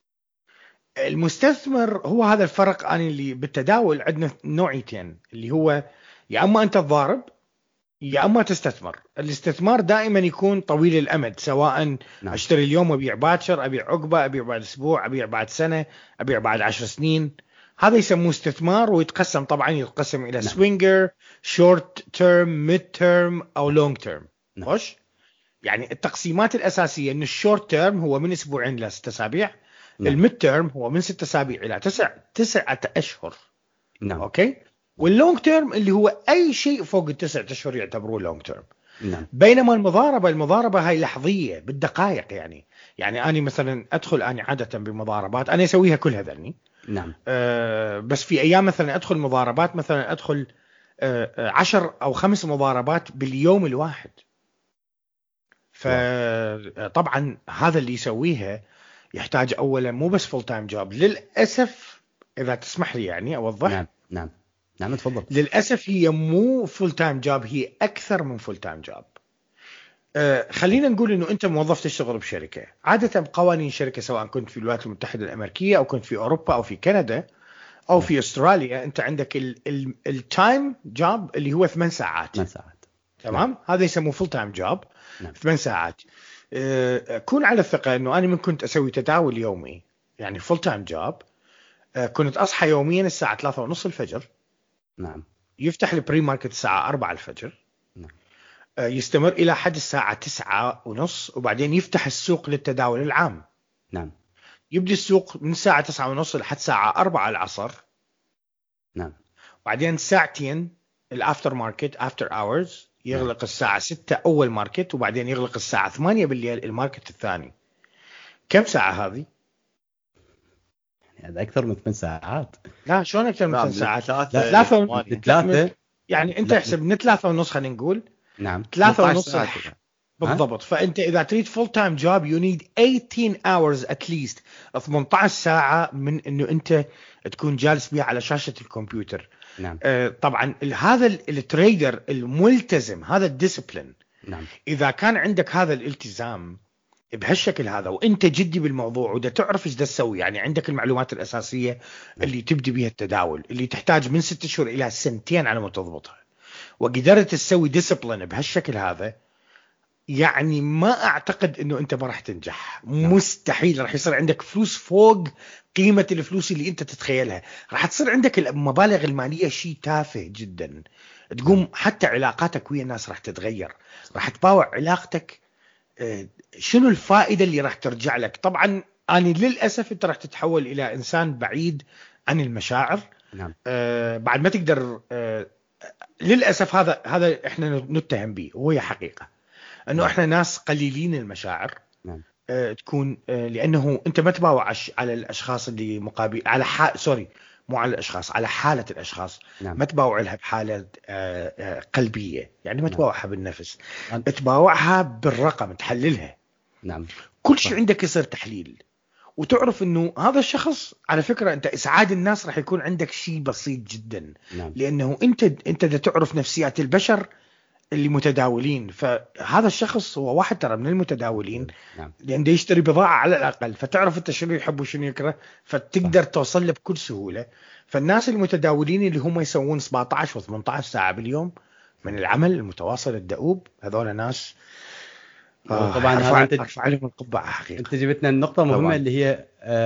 المستثمر هو هذا الفرق. أنا اللي بالتداول عندنا نوعيتين، اللي هو يا أما أنت تضارب يا أما تستثمر. الاستثمار دائما يكون طويل الأمد، سواء نعم. أشتري اليوم وأبيع باكر، أبيع عقبة، أبيع بعد أسبوع، أبيع بعد سنة، أبيع بعد 10 سنين. هذا يسموه استثمار، ويتقسم طبعا يتقسم إلى سوينجر، شورت تيرم، ميد تيرم أو لونج تيرم. وش يعني التقسيمات الأساسية؟ إن الشورت تيرم هو من أسبوعين ل 6 أسابيع. الميد تيرم هو من 6 أسابيع إلى 9 أشهر. نعم. أوكي. واللونج تيرم اللي هو أي شيء فوق 9 أشهر يعتبروه لونج تيرم. نعم. بينما المضاربة هاي لحظية بالدقائق. يعني أنا مثلا أدخل، أنا عادة بمضاربات أنا أسويها كلها ذني. نعم. بس في أيام مثلا أدخل مضاربات، مثلا أدخل 10 أو 5 مضاربات باليوم الواحد. فطبعا هذا اللي يسويها يحتاج أولا مو بس فول تايم جوب. للأسف إذا تسمح لي يعني أوضح. نعم تفضل. للأسف هي مو فول تايم جوب، هي أكثر من فول تايم جوب. خلينا نقول إنه أنت موظف تشتغل بشركة. عادة بقوانين شركة، سواء كنت في الولايات المتحدة الأمريكية أو كنت في أوروبا أو في كندا أو في أستراليا، أنت عندك التايم جوب اللي هو 8 ساعات. 8 ساعات. تمام. هذا يسموه فول تايم جوب. 8 ساعات. كون على الثقة إنه أنا من كنت أسوي تداول يومي، يعني فول تايم جوب، كنت أصحى يوميا الساعة 3:30 الفجر. نعم. يفتح البري ماركت الساعة 4 الفجر. نعم. يستمر إلى حد الساعة 9:30، وبعدين يفتح السوق للتداول العام. نعم. يبدأ السوق من الساعة 9:30 لحد الساعة 4 العصر. نعم. بعدين ساعتين الأفتر ماركت، أفتر أورز، يغلق الساعة 6 أول ماركت، وبعدين يغلق الساعة 8 بالليل الماركت الثاني. كم ساعة هذه؟ هذا أكثر من 8 ساعات. لا، شلون أكثر من 8 ساعات؟ 3 يعني أنت احسب من 3:30 خلينا نقول. نعم. 3:30 بالضبط. فأنت إذا تريد full time job you need 18 hours at least، 18 ساعة من إنه أنت تكون جالس بيها على شاشة الكمبيوتر. نعم. طبعا هذا التريدر الملتزم، هذا الديسيبلين. نعم. إذا كان عندك هذا الالتزام بهالشكل هذا وانت جدي بالموضوع ودا تعرف ايش دا تسوي، يعني عندك المعلومات الاساسيه اللي تبدي بها التداول اللي تحتاج من 6 شهور الى 2 على ما تضبطها، وقدرت تسوي ديسبلين بهالشكل هذا، يعني ما اعتقد انه انت ما راح تنجح. مستحيل. راح يصير عندك فلوس فوق قيمه الفلوس اللي انت تتخيلها، راح تصير عندك المبالغ الماليه شيء تافه جدا، تقوم حتى علاقاتك ويا الناس راح تتغير، راح تباوع علاقتك. شنو الفائدة اللي راح ترجع لك؟ طبعا أنا للأسف أنت راح تتحول إلى إنسان بعيد عن المشاعر. نعم. بعد ما تقدر. للأسف هذا إحنا نتهم به وهي حقيقة أنه إحنا ناس قليلين المشاعر. نعم. تكون لأنه أنت ما تباوع على الأشخاص اللي مقابل على سوري، مو على الأشخاص، على حالة الأشخاص. نعم. ما تباوع لها بحالة قلبية، يعني ما نعم. تباوعها بالنفس، تباوعها بالرقم، تحللها. نعم. كل شيء عندك يصير تحليل، وتعرف انه هذا الشخص على فكرة انت اسعاد الناس راح يكون عندك شيء بسيط جدا. نعم. لانه انت دا تعرف نفسيات البشر اللي متداولين، فهذا الشخص هو واحد ترى من المتداولين. نعم. لأن دا يشتري بضاعة على الأقل، فتعرف أنت شنو يحب وشنو يكره، فتقدر توصل له بكل سهولة. فالناس المتداولين اللي هم يسوون 17 و18 ساعة باليوم من العمل المتواصل الدؤوب، هذول ناس طبعا هذا انت ارفع لهم القبعة حقيقة. انت جبتنا النقطة مهمة طبعاً. اللي هي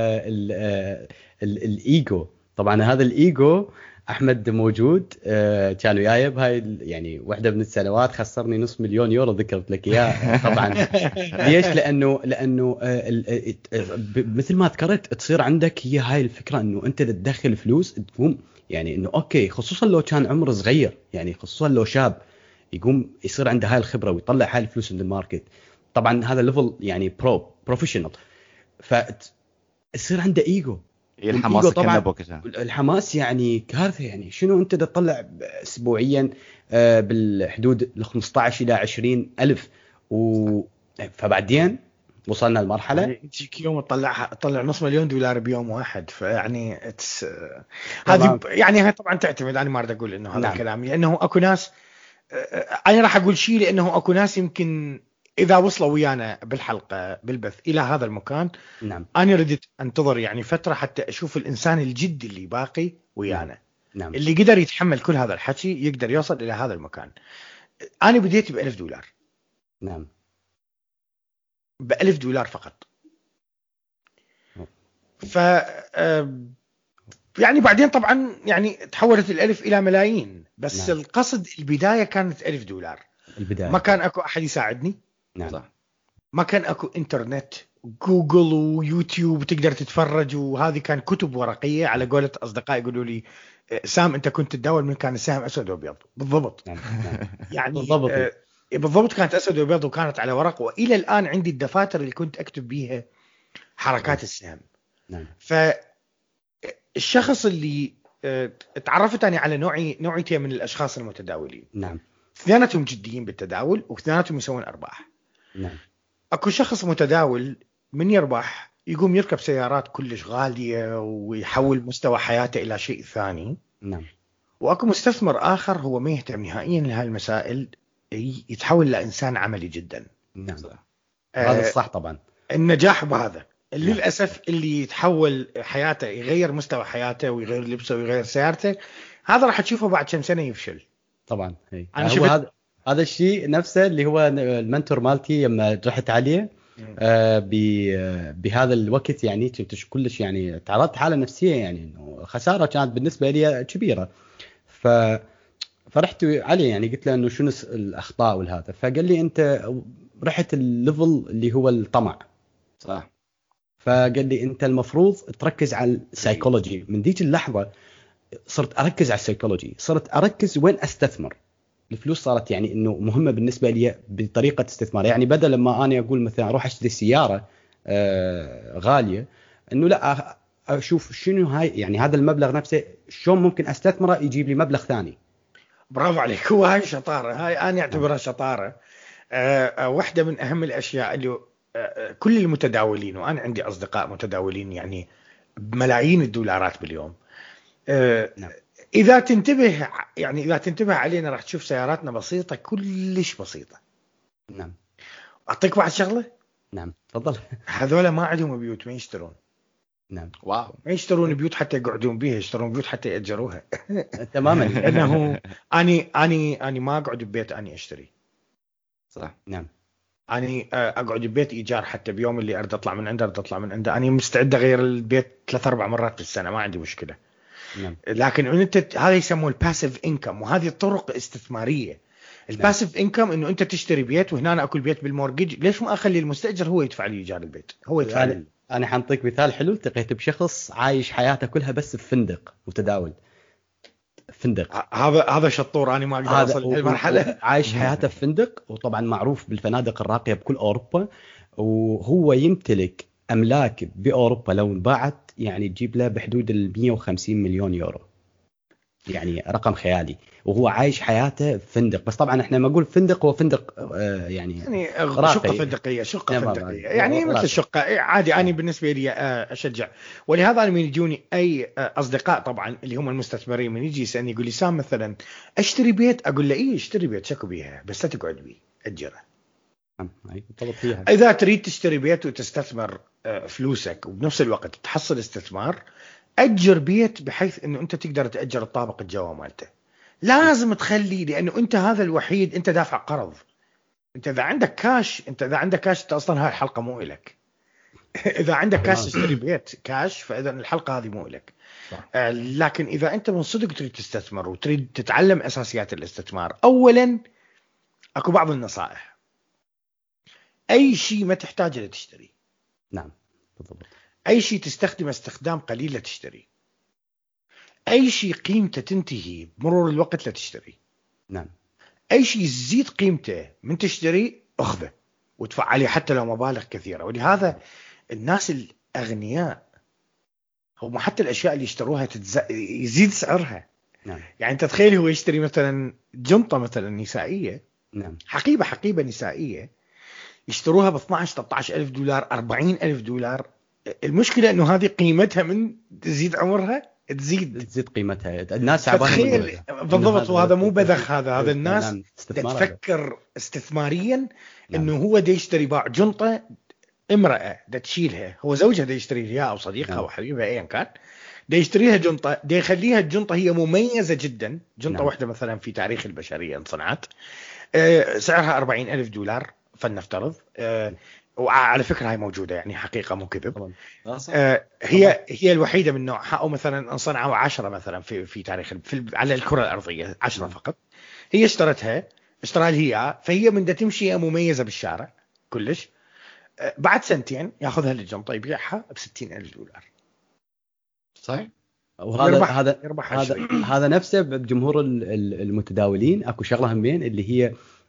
الايجو. طبعا هذا الايجو احمد موجود، كان وياي بهاي يعني واحدة من السنوات خسرني $500,000 ذكرت لك اياه. طبعا ليش؟ لانه مثل ما ذكرت تصير عندك هي هاي الفكرة انه انت تدخل فلوس تقوم يعني انه اوكي، خصوصا لو كان عمره صغير، يعني خصوصا لو شاب يقوم يصير عنده هاي الخبرة ويطلع هاي الفلوس من الماركت. طبعا هذا ليفل يعني بروفيشنال، فتصير عنده ايجو. الحماس طبعا الحماس يعني كارثة. يعني شنو انت تطلع اسبوعيا بالحدود ال 15 الى 20 الف فبعدين وصلنا لمرحلة يعني تجيك يوم تطلع $500,000 بيوم واحد. فيعني هذه يعني هي طبعا تعتمد. انا ما اريد اقول انه هذا نعم. الكلام، لانه اكو ناس، انا راح اقول شيء لانه اكو ناس يمكن اذا وصلوا ويانا بالحلقه بالبث الى هذا المكان. نعم. انا ردت انتظر يعني فتره حتى اشوف الانسان الجدي اللي باقي ويانا. نعم. اللي قدر يتحمل كل هذا الحكي يقدر يوصل الى هذا المكان. انا بديت $1,000. نعم. $1,000 فقط. ف يعني بعدين طبعا يعني تحولت الألف إلى ملايين، بس نعم. القصد البداية كانت $1,000. البداية ما كان أكو أحد يساعدني. نعم. صح. ما كان أكو إنترنت، جوجل ويوتيوب تقدر تتفرج، وهذه كان كتب ورقية. على قولة أصدقائي يقولوا لي سام أنت كنت تداول من كان السهم أسود وأبيض. بالضبط. نعم. يعني بالضبط. بالضبط كانت أسود وأبيض وكانت على ورق، وإلى الآن عندي الدفاتر اللي كنت أكتب بيها حركات السهم. نعم. فالشخص اللي تعرفت أنا على نوعيتين من الأشخاص المتداولين. نعم. اثنيناتهم جديين بالتداول واثنيناتهم يسوون أرباح. نعم. أكو شخص متداول من يربح يقوم يركب سيارات كلش غالية ويحول مستوى حياته إلى شيء ثاني. نعم. وأكو مستثمر آخر هو ما يهتم نهائيا لهذه المسائل، يتحول لإنسان عملي جدا. نعم. هذا الصح. طبعا النجاح بهذا للأسف اللي يتحول حياته، يغير مستوى حياته ويغير لبسه ويغير سيارته، هذا راح تشوفه بعد كم سنة يفشل. طبعا. هي أنا هذا الشيء نفسه اللي هو المنتور مالتي لما رحت عليه بهذا الوقت، يعني كنت كلش يعني تعرضت حالة نفسية، يعني انه خسارة كانت بالنسبة لي كبيرة. فرحت عليه يعني قلت له انه شنو الاخطاء والهذا، فقال لي انت رحت الليفل اللي هو الطمع. صح. فقال لي انت المفروض تركز على السايكولوجي. من ذيك اللحظة صرت اركز على السايكولوجي، صرت اركز وين استثمر الفلوس. صارت يعني انه مهمة بالنسبة لي بطريقة استثمار. يعني بدل لما انا اقول مثلا اروح اشتري سيارة غالية، انه لا اشوف شنو هاي يعني هذا المبلغ نفسه شلون ممكن استثمره يجيب لي مبلغ ثاني. برافو عليك. هو هاي شطارة، هاي أنا أعتبرها شطارة. واحدة من أهم الأشياء اللي كل المتداولين، وأنا عندي أصدقاء متداولين يعني بملايين الدولارات باليوم. نعم. إذا تنتبه علينا راح تشوف سياراتنا بسيطة، كلش بسيطة. نعم. أعطيك واحد شغلة. نعم تفضل. هذول ما عندهم بيوت، ما يشترون. نعم واو. ما يشترون بيوت حتى يقعدون بيها، يشترون بيوت حتى يأجروها. تماما. لأنه أني ما أقعد ببيت أني أشتري. صح. نعم أني أقعد ببيت إيجار، حتى بيوم اللي أرد أطلع من عنده أرد أطلع من عنده. أنا مستعد أغير البيت 3-4 مرات في السنة، ما عندي مشكلة. نعم لكن أنت هذا يسموه الباسيف إنكم، وهذه طرق استثمارية. الباسيف إنكم إنه أنت تشتري بيت وهنا أنا أكل بيت بالمورجج، ليش ما أخلي المستأجر هو يدفع لي إيجار البيت، هو يدفع لي. أنا حنطيك مثال حلو. التقيت بشخص عايش حياته كلها بس في فندق متداول، فندق. هذا شطور، أنا ما أقدر أوصل لهالمرحلة. عايش حياته في فندق، وطبعا معروف بالفنادق الراقية بكل أوروبا، وهو يمتلك أملاك بأوروبا لو انباعت يعني تجيب له بحدود 150 مليون يورو، يعني رقم خيالي، وهو عايش حياته في فندق. بس طبعا احنا ما نقول فندق، هو فندق يعني شقة فندقية، شقة فندقية يعني مثل الشقة عادي. أنا بالنسبة لي أشجع، ولهذا أنا من يجوني أي أصدقاء طبعا اللي هم المستثمرين، من يجي يسألني يقول لي سام مثلا أشتري بيت، أقول له إيه اشتري بيت شكو بيها، بس لا تقعد بيه، أجره. إذا تريد تشتري بيت وتستثمر فلوسك وبنفس الوقت تحصل استثمار، أجر بيت بحيث إنه أنت تقدر تأجر الطابق الجوا مالته. لازم تخلي، لأنه أنت هذا الوحيد، أنت دافع قرض. أنت إذا عندك كاش، أنت أصلا هاي الحلقة مو إلك. إذا عندك كاش تشتري بيت كاش، فإذا الحلقة هذه مو إلك. لكن إذا أنت من صدق تريد تستثمر وتريد تتعلم أساسيات الاستثمار، أولا أكو بعض النصائح. أي شيء ما تحتاجه لا تشتري. نعم بالضبط. أي شيء تستخدمه استخدام قليل لا تشتري. أي شيء قيمته تنتهي بمرور الوقت لا تشتري. نعم. أي شيء يزيد قيمته من تشتري أخذه وادفع عليه حتى لو مبالغ كثيرة. ولهذا الناس الأغنياء هم حتى الأشياء اللي يشتروها يزيد سعرها. نعم. يعني أنت تخيل هو يشتري مثلا جنطة مثلا نسائية، نعم. حقيبة نسائية، يشتروها ب 12-13 ألف دولار، 40 ألف دولار. المشكلة إنه هذه قيمتها من تزيد عمرها تزيد قيمتها. الناس عبالهم بالضبط. وهذا مو بذخ، هذا الناس تفكر استثماريا إنه هو دا يشتري باع جنطة، امرأة دا تشيلها، هو زوجها دا يشتري لها أو صديقها أو حبيبها أيا كان، دا يشتري لها جنطة، دا يخليها الجنطة هي مميزة جدا. جنطة واحدة مثلا في تاريخ البشرية انصنعت سعرها 40 ألف دولار فلنفترض. وعلى فكرة هاي موجودة، يعني حقيقة مو كذب. هي الوحيدة من نوعها، أو مثلا انصنعوا 10 مثلا في تاريخ على الكرة الأرضية 10 فقط. هي اشترى لها، فهي من دا تمشي مميزة بالشارع كلش. بعد سنتين ياخذها للجنطة يبيعها ب60 ألف دولار. صحيح. وهذا هذا نفسه بجمهور المتداولين. اكو شغله همين اللي هي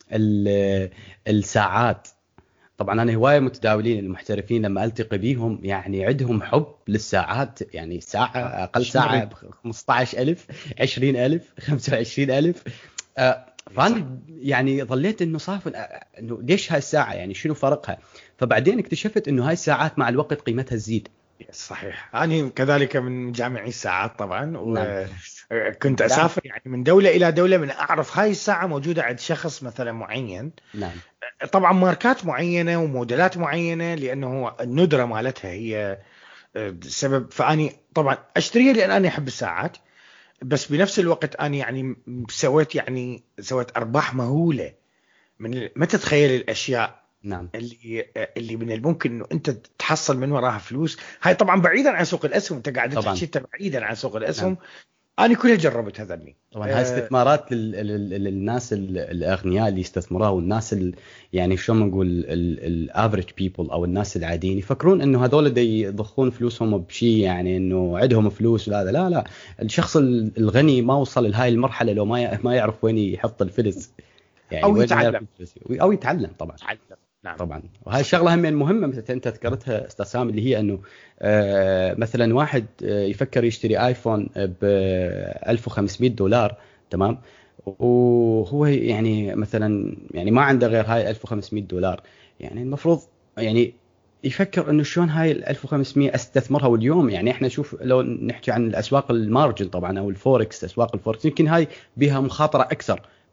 الساعات. طبعا انا هوايه متداولين المحترفين لما التقي بيهم يعني عندهم حب للساعات، يعني ساعه اقل ساعه ب 15,000 20,000 25,000. فانا يعني ظليت انه صافن انه ليش هاي الساعه، يعني شنو فرقها. فبعدين اكتشفت انه هاي الساعات مع الوقت قيمتها تزيد. صحيح. أنا كذلك من جامعي الساعات طبعا. وكنت أسافر يعني من دولة إلى دولة من أعرف هاي الساعة موجودة عند شخص مثلا معين. نعم. طبعا ماركات معينة وموديلات معينة، لأنه الندرة مالتها هي سبب. فأني طبعا أشتريها لأن أنا أحب الساعات، بس بنفس الوقت أنا يعني سويت أرباح مهولة من ما تتخيل الأشياء. نعم. اللي من الممكن انه انت تحصل من وراها فلوس. هاي طبعا بعيدا عن سوق الاسهم، انت قاعد تحكي بعيدا عن سوق الاسهم. نعم. انا كلها جربت هذني. طبعا هاي استثمارات للناس الاغنياء اللي يستثمروها، والناس يعني شو ما نقول الافريج بيبل او الناس العاديين يفكرون انه هذول دا يضخون فلوسهم بشيء، يعني انه عندهم فلوس. لا الشخص الغني ما وصل لهاي المرحله لو ما يعرف وين يحط الفلوس، يعني او يتعلم طبعا. نعم. طبعا. وهاي الشغله هم مهمه مثل انت ذكرتها استاذ سامي، اللي هي انه مثلا واحد يفكر يشتري ايفون ب 1500 دولار، تمام، وهو يعني مثلا يعني ما عنده غير هاي 1500 دولار. يعني المفروض يعني يفكر انه شلون هاي 1500 استثمرها. واليوم يعني احنا شوف لو نحكي عن الاسواق المارجن طبعا او الفوركس، اسواق الفوركس يمكن هاي بها مخاطره اكثر.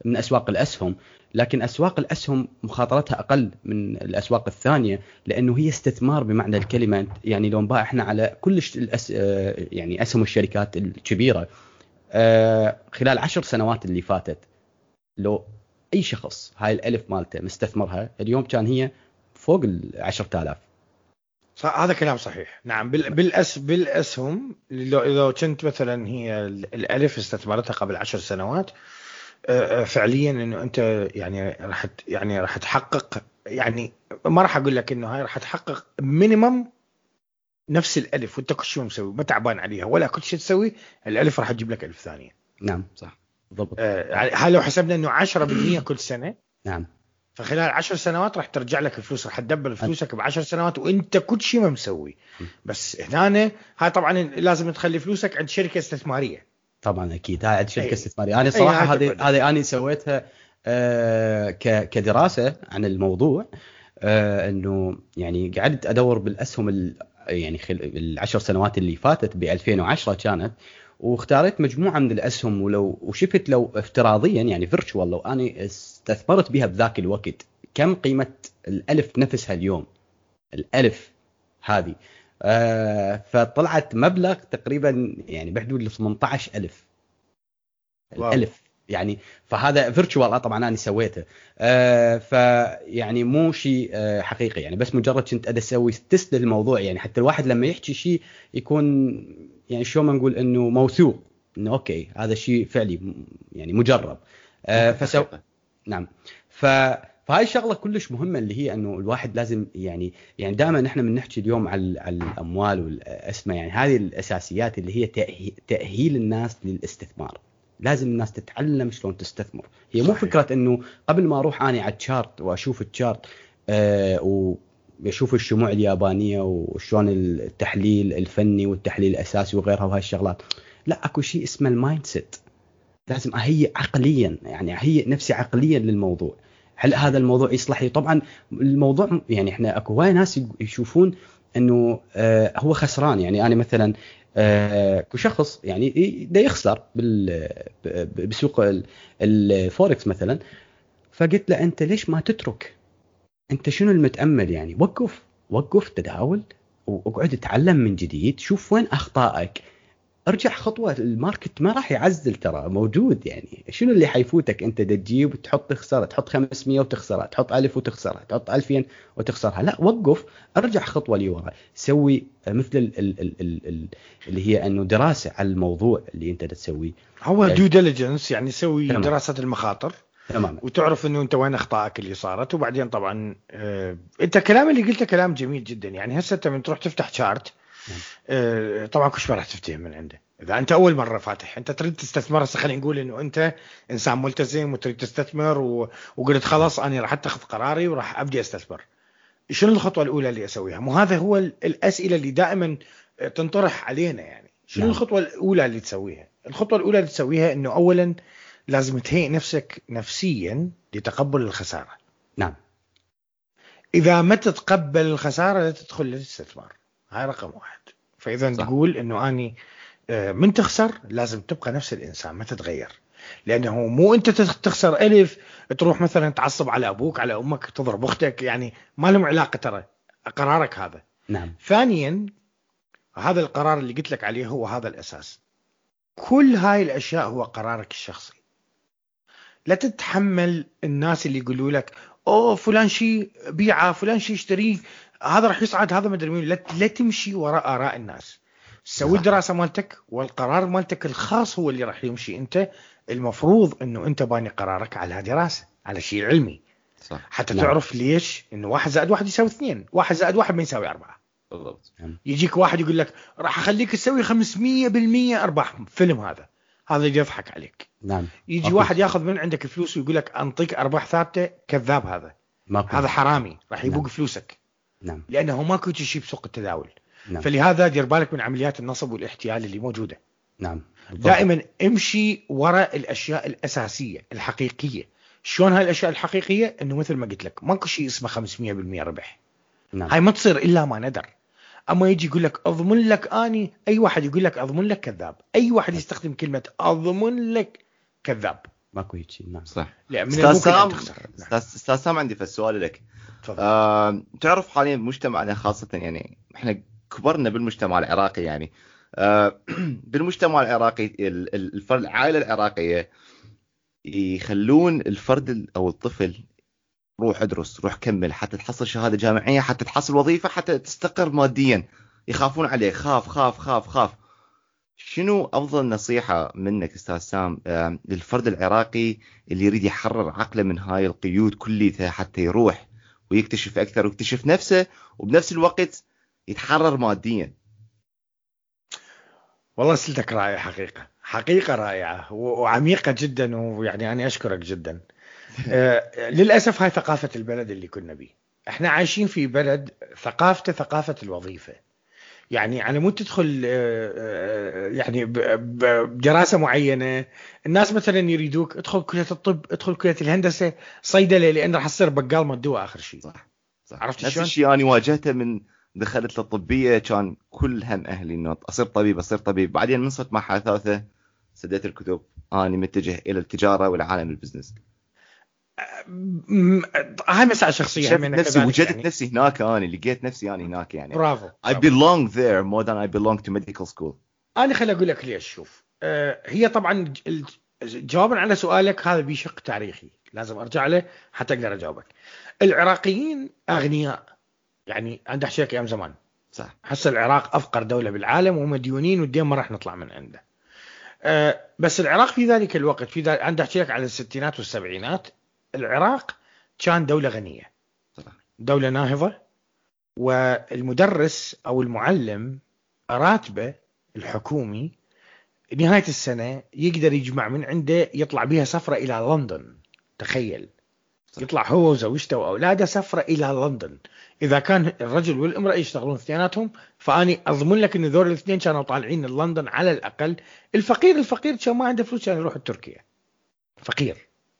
من اسواق الاسهم، لكن اسواق الاسهم مخاطرتها اقل من الاسواق الثانيه، لانه هي استثمار بمعنى الكلمه. يعني لو نباع احنا على كل يعني اسهم الشركات الكبيره خلال 10 سنوات اللي فاتت، لو اي شخص هاي الالف مالته مستثمرها اليوم كان هي فوق 10,000. هذا كلام صحيح. نعم، بالاسهم لو كنت مثلا هي الالف استثمرتها قبل 10 سنوات، فعليا انه انت يعني راح تحقق، يعني ما راح اقول لك انه هاي راح تحقق مينيمم نفس الالف، وانت كل شيء مسوي ما تعبان عليها ولا كل شيء تسوي، الالف راح تجيب لك 1000 ثانيه. نعم صح بالضبط. هاي لو حسبنا انه 10% كل سنه، نعم، فخلال 10 سنوات راح ترجع لك الفلوس، راح تدبر فلوسك ب10 سنوات وانت كل شيء ما مسوي. بس هنا هاي طبعا لازم تخلي فلوسك عند شركه استثماريه. طبعا اكيد هاي عند شركه استثماريه. انا صراحه هذه انا سويتها كدراسه عن الموضوع، انه يعني قعدت ادور بالاسهم يعني ال10 سنوات اللي فاتت ب 2010 كانت، واختاريت مجموعه من الاسهم، وشفت لو افتراضيا يعني فيرتشوال لو انا استثمرت بها بذاك الوقت كم قيمه الالف نفسها اليوم، الالف هذه فطلعت مبلغ تقريبا يعني بحدود 18,000 الالف يعني. فهذا فيرتشوال طبعا انا سويته، فيعني مو شيء حقيقي يعني، بس مجرد كنت اسوي تست للموضوع يعني، حتى الواحد لما يحكي شيء يكون يعني شو ما نقول انه موثوق، انه اوكي هذا شيء فعلي يعني مجرب. نعم. فهاي الشغله كلش مهمه، اللي هي انه الواحد لازم يعني دائما نحن بنحكي اليوم على الاموال والاسماء، يعني هذه الاساسيات اللي هي تاهيل الناس للاستثمار. لازم الناس تتعلم شلون تستثمر. هي مو فكره انه قبل ما اروح اني على الشارت واشوف الشارت ويشوف الشموع اليابانيه وشلون التحليل الفني والتحليل الاساسي وغيرها وهاي الشغلات، لا، اكو شيء اسمه المايند سيت. لازم اهيئ عقليا، يعني اهيئ نفسي عقليا للموضوع. هل هذا الموضوع يصلح لي؟ طبعا الموضوع يعني احنا اكو هواي ناس يشوفون انه هو خسران. يعني انا مثلا كشخص يعني دا يخسر بسوق الفوركس مثلا، فقلت له انت ليش ما تترك؟ انت شنو المتأمل يعني؟ وقف تداول واقعد اتعلم من جديد، شوف وين اخطائك، ارجع خطوة. الماركت ما راح يعزل، ترى موجود. يعني شنو اللي حيفوتك؟ انت تجيب وتحط تخسر، تحط 500 وتخسرها، تحط 1000 وتخسرها، تحط 2000 وتخسرها. لا، وقف، ارجع خطوة لورا، سوي مثل اللي هي انه دراسة على الموضوع اللي انت تسويه. هو ديو ديليجنس، يعني سوي تمام. دراسة المخاطر تمام، وتعرف انه انت وين اخطائك اللي صارت. وبعدين طبعا انت كلام اللي قلته كلام جميل جدا. يعني هسه انت من تروح تفتح شارت، طبعا كل شيء راح تفتهم من عنده. اذا انت اول مره فاتح انت تريد تستثمر، هسه خلينا نقول انه انت انسان ملتزم وتريد تستثمر وقلت خلاص انا راح اتخذ قراري وراح ابدي استثمر، شنو الخطوه الاولى اللي اسويها؟ مو هذا هو الاسئله اللي دائما تنطرح علينا. يعني شنو الخطوه الاولى اللي تسويها؟ الخطوه الاولى اللي تسويها انه اولا لازم تهيئ نفسك نفسيا لتقبل الخساره. نعم. اذا ما تتقبل الخساره لا تدخل للاستثمار، هاي رقم 1. فاذا صح. تقول انه اني من تخسر لازم تبقى نفس الانسان، ما تتغير. لانه مو انت تخسر 1000 تروح مثلا تعصب على ابوك على امك تضرب اختك، يعني ما لهم علاقه، ترى قرارك هذا. نعم. ثانيا هذا القرار اللي قلت لك عليه هو هذا الاساس. كل هاي الاشياء هو قرارك الشخصي. لا تتحمل الناس اللي يقولوا لك اوه فلان شيء بيعه، فلان شيء اشتريه، هذا راح يصعد، هذا مدري مين. لا تمشي وراء آراء الناس. سوي الدراسة مالتك والقرار مالتك الخاص هو اللي راح يمشي. انت المفروض انه انت باني قرارك على دراسة، على شيء علمي. صح. حتى تعرف ليش انه 1 زائد 1 يساوي 2، 1 زائد 1 ما يساوي 4. بالضبط. يجيك واحد يقول لك راح اخليك تسوي 500% ارباح، فيلم هذا اللي يضحك عليك. نعم. يجي واحد ياخذ من عندك فلوس ويقول لك انطيك ارباح ثابته، كذاب. هذا حرامي، راح يبوق فلوسك. نعم. لانه ماكو شيء بسوق التداول. نعم. فلهذا دير بالك من عمليات النصب والاحتيال اللي موجوده. نعم. دائما امشي وراء الاشياء الاساسيه الحقيقيه. شلون هاي الاشياء الحقيقيه؟ انه مثل ما قلت لك ماكو شيء اسمه 500% ربح. نعم. هاي ما تصير الا ما ندر. اما يجي يقول لك اضمن لك اني، اي واحد يقول لك اضمن لك كذاب. اي واحد يستخدم كلمه اضمن لك كذاب. ماكو هيك شيء. نعم صح. لا، من استاذ الممكن أن سام، تخسر. نعم. استاذ سام، عندي فالسؤال لك. تفضل. تعرف حاليا بمجتمعنا خاصة، يعني احنا كبرنا بالمجتمع العراقي، يعني بالمجتمع العراقي الفرد، العائلة العراقية يخلون الفرد او الطفل روح ادرس، روح كمل حتى تحصل شهادة جامعية، حتى تحصل وظيفة، حتى تستقر ماديا. يخافون عليه، خاف خاف خاف خاف. شنو أفضل نصيحة منك أستاذ سام للفرد العراقي اللي يريد يحرر عقله من هاي القيود كلها، حتى يروح ويكتشف أكثر ويكتشف نفسه، وبنفس الوقت يتحرر ماديا؟ والله أسئلتك رائعة، حقيقة رائعة وعميقة جدا، ويعني أنا أشكرك جدا. للأسف هاي ثقافة البلد اللي كنا بيه. احنا عايشين في بلد ثقافته ثقافة الوظيفة. يعني على مود تدخل يعني بدراسة معينة، الناس مثلا يريدوك ادخل كلية الطب، ادخل كلية الهندسة، صيدلة، لأن راح تصير بقال ما الدواء آخر شيء. صح. عرفت نفس شلون؟ الشيء أنا واجهته من دخلت للطبية، كان كل هم أهلي إنه أصير طبيب. بعدين من صرت مع حثاثة سديت الكتب، أنا متجه إلى التجارة والعالم البزنس. هاي مسألة شخصية. شفت نفسي، كذلك وجدت يعني. نفسي هناك، أنا لقيت نفسي أنا هناك يعني. برافو. I belong there more than I belong to medical school. أنا خلي أقول لك ليش. شوف، هي طبعا جوابا على سؤالك هذا بشق تاريخي لازم أرجع له حتى أقدر أجاوبك. العراقيين أغنياء، يعني عند أحكي لك أيام زمان. صح. هسه العراق أفقر دولة بالعالم ومديونين، والدين ما راح نطلع من عنده. بس العراق في ذلك الوقت، عند أحكي لك على الستينات والسبعينات، العراق كان دولة غنية. صح. دولة ناهضة، والمدرس أو المعلم راتبه الحكومي نهاية السنة يقدر يجمع من عنده يطلع بها سفرة إلى لندن. تخيل. صح. يطلع هو وزوجته وأولاده سفرة إلى لندن. إذا كان الرجل والامرأة يشتغلون اثنيناتهم، فأني أضمن لك أن ذول الاثنين كانوا طالعين لندن على الأقل. الفقير كان ما عنده فلوس كان يروح تركيا، فقير.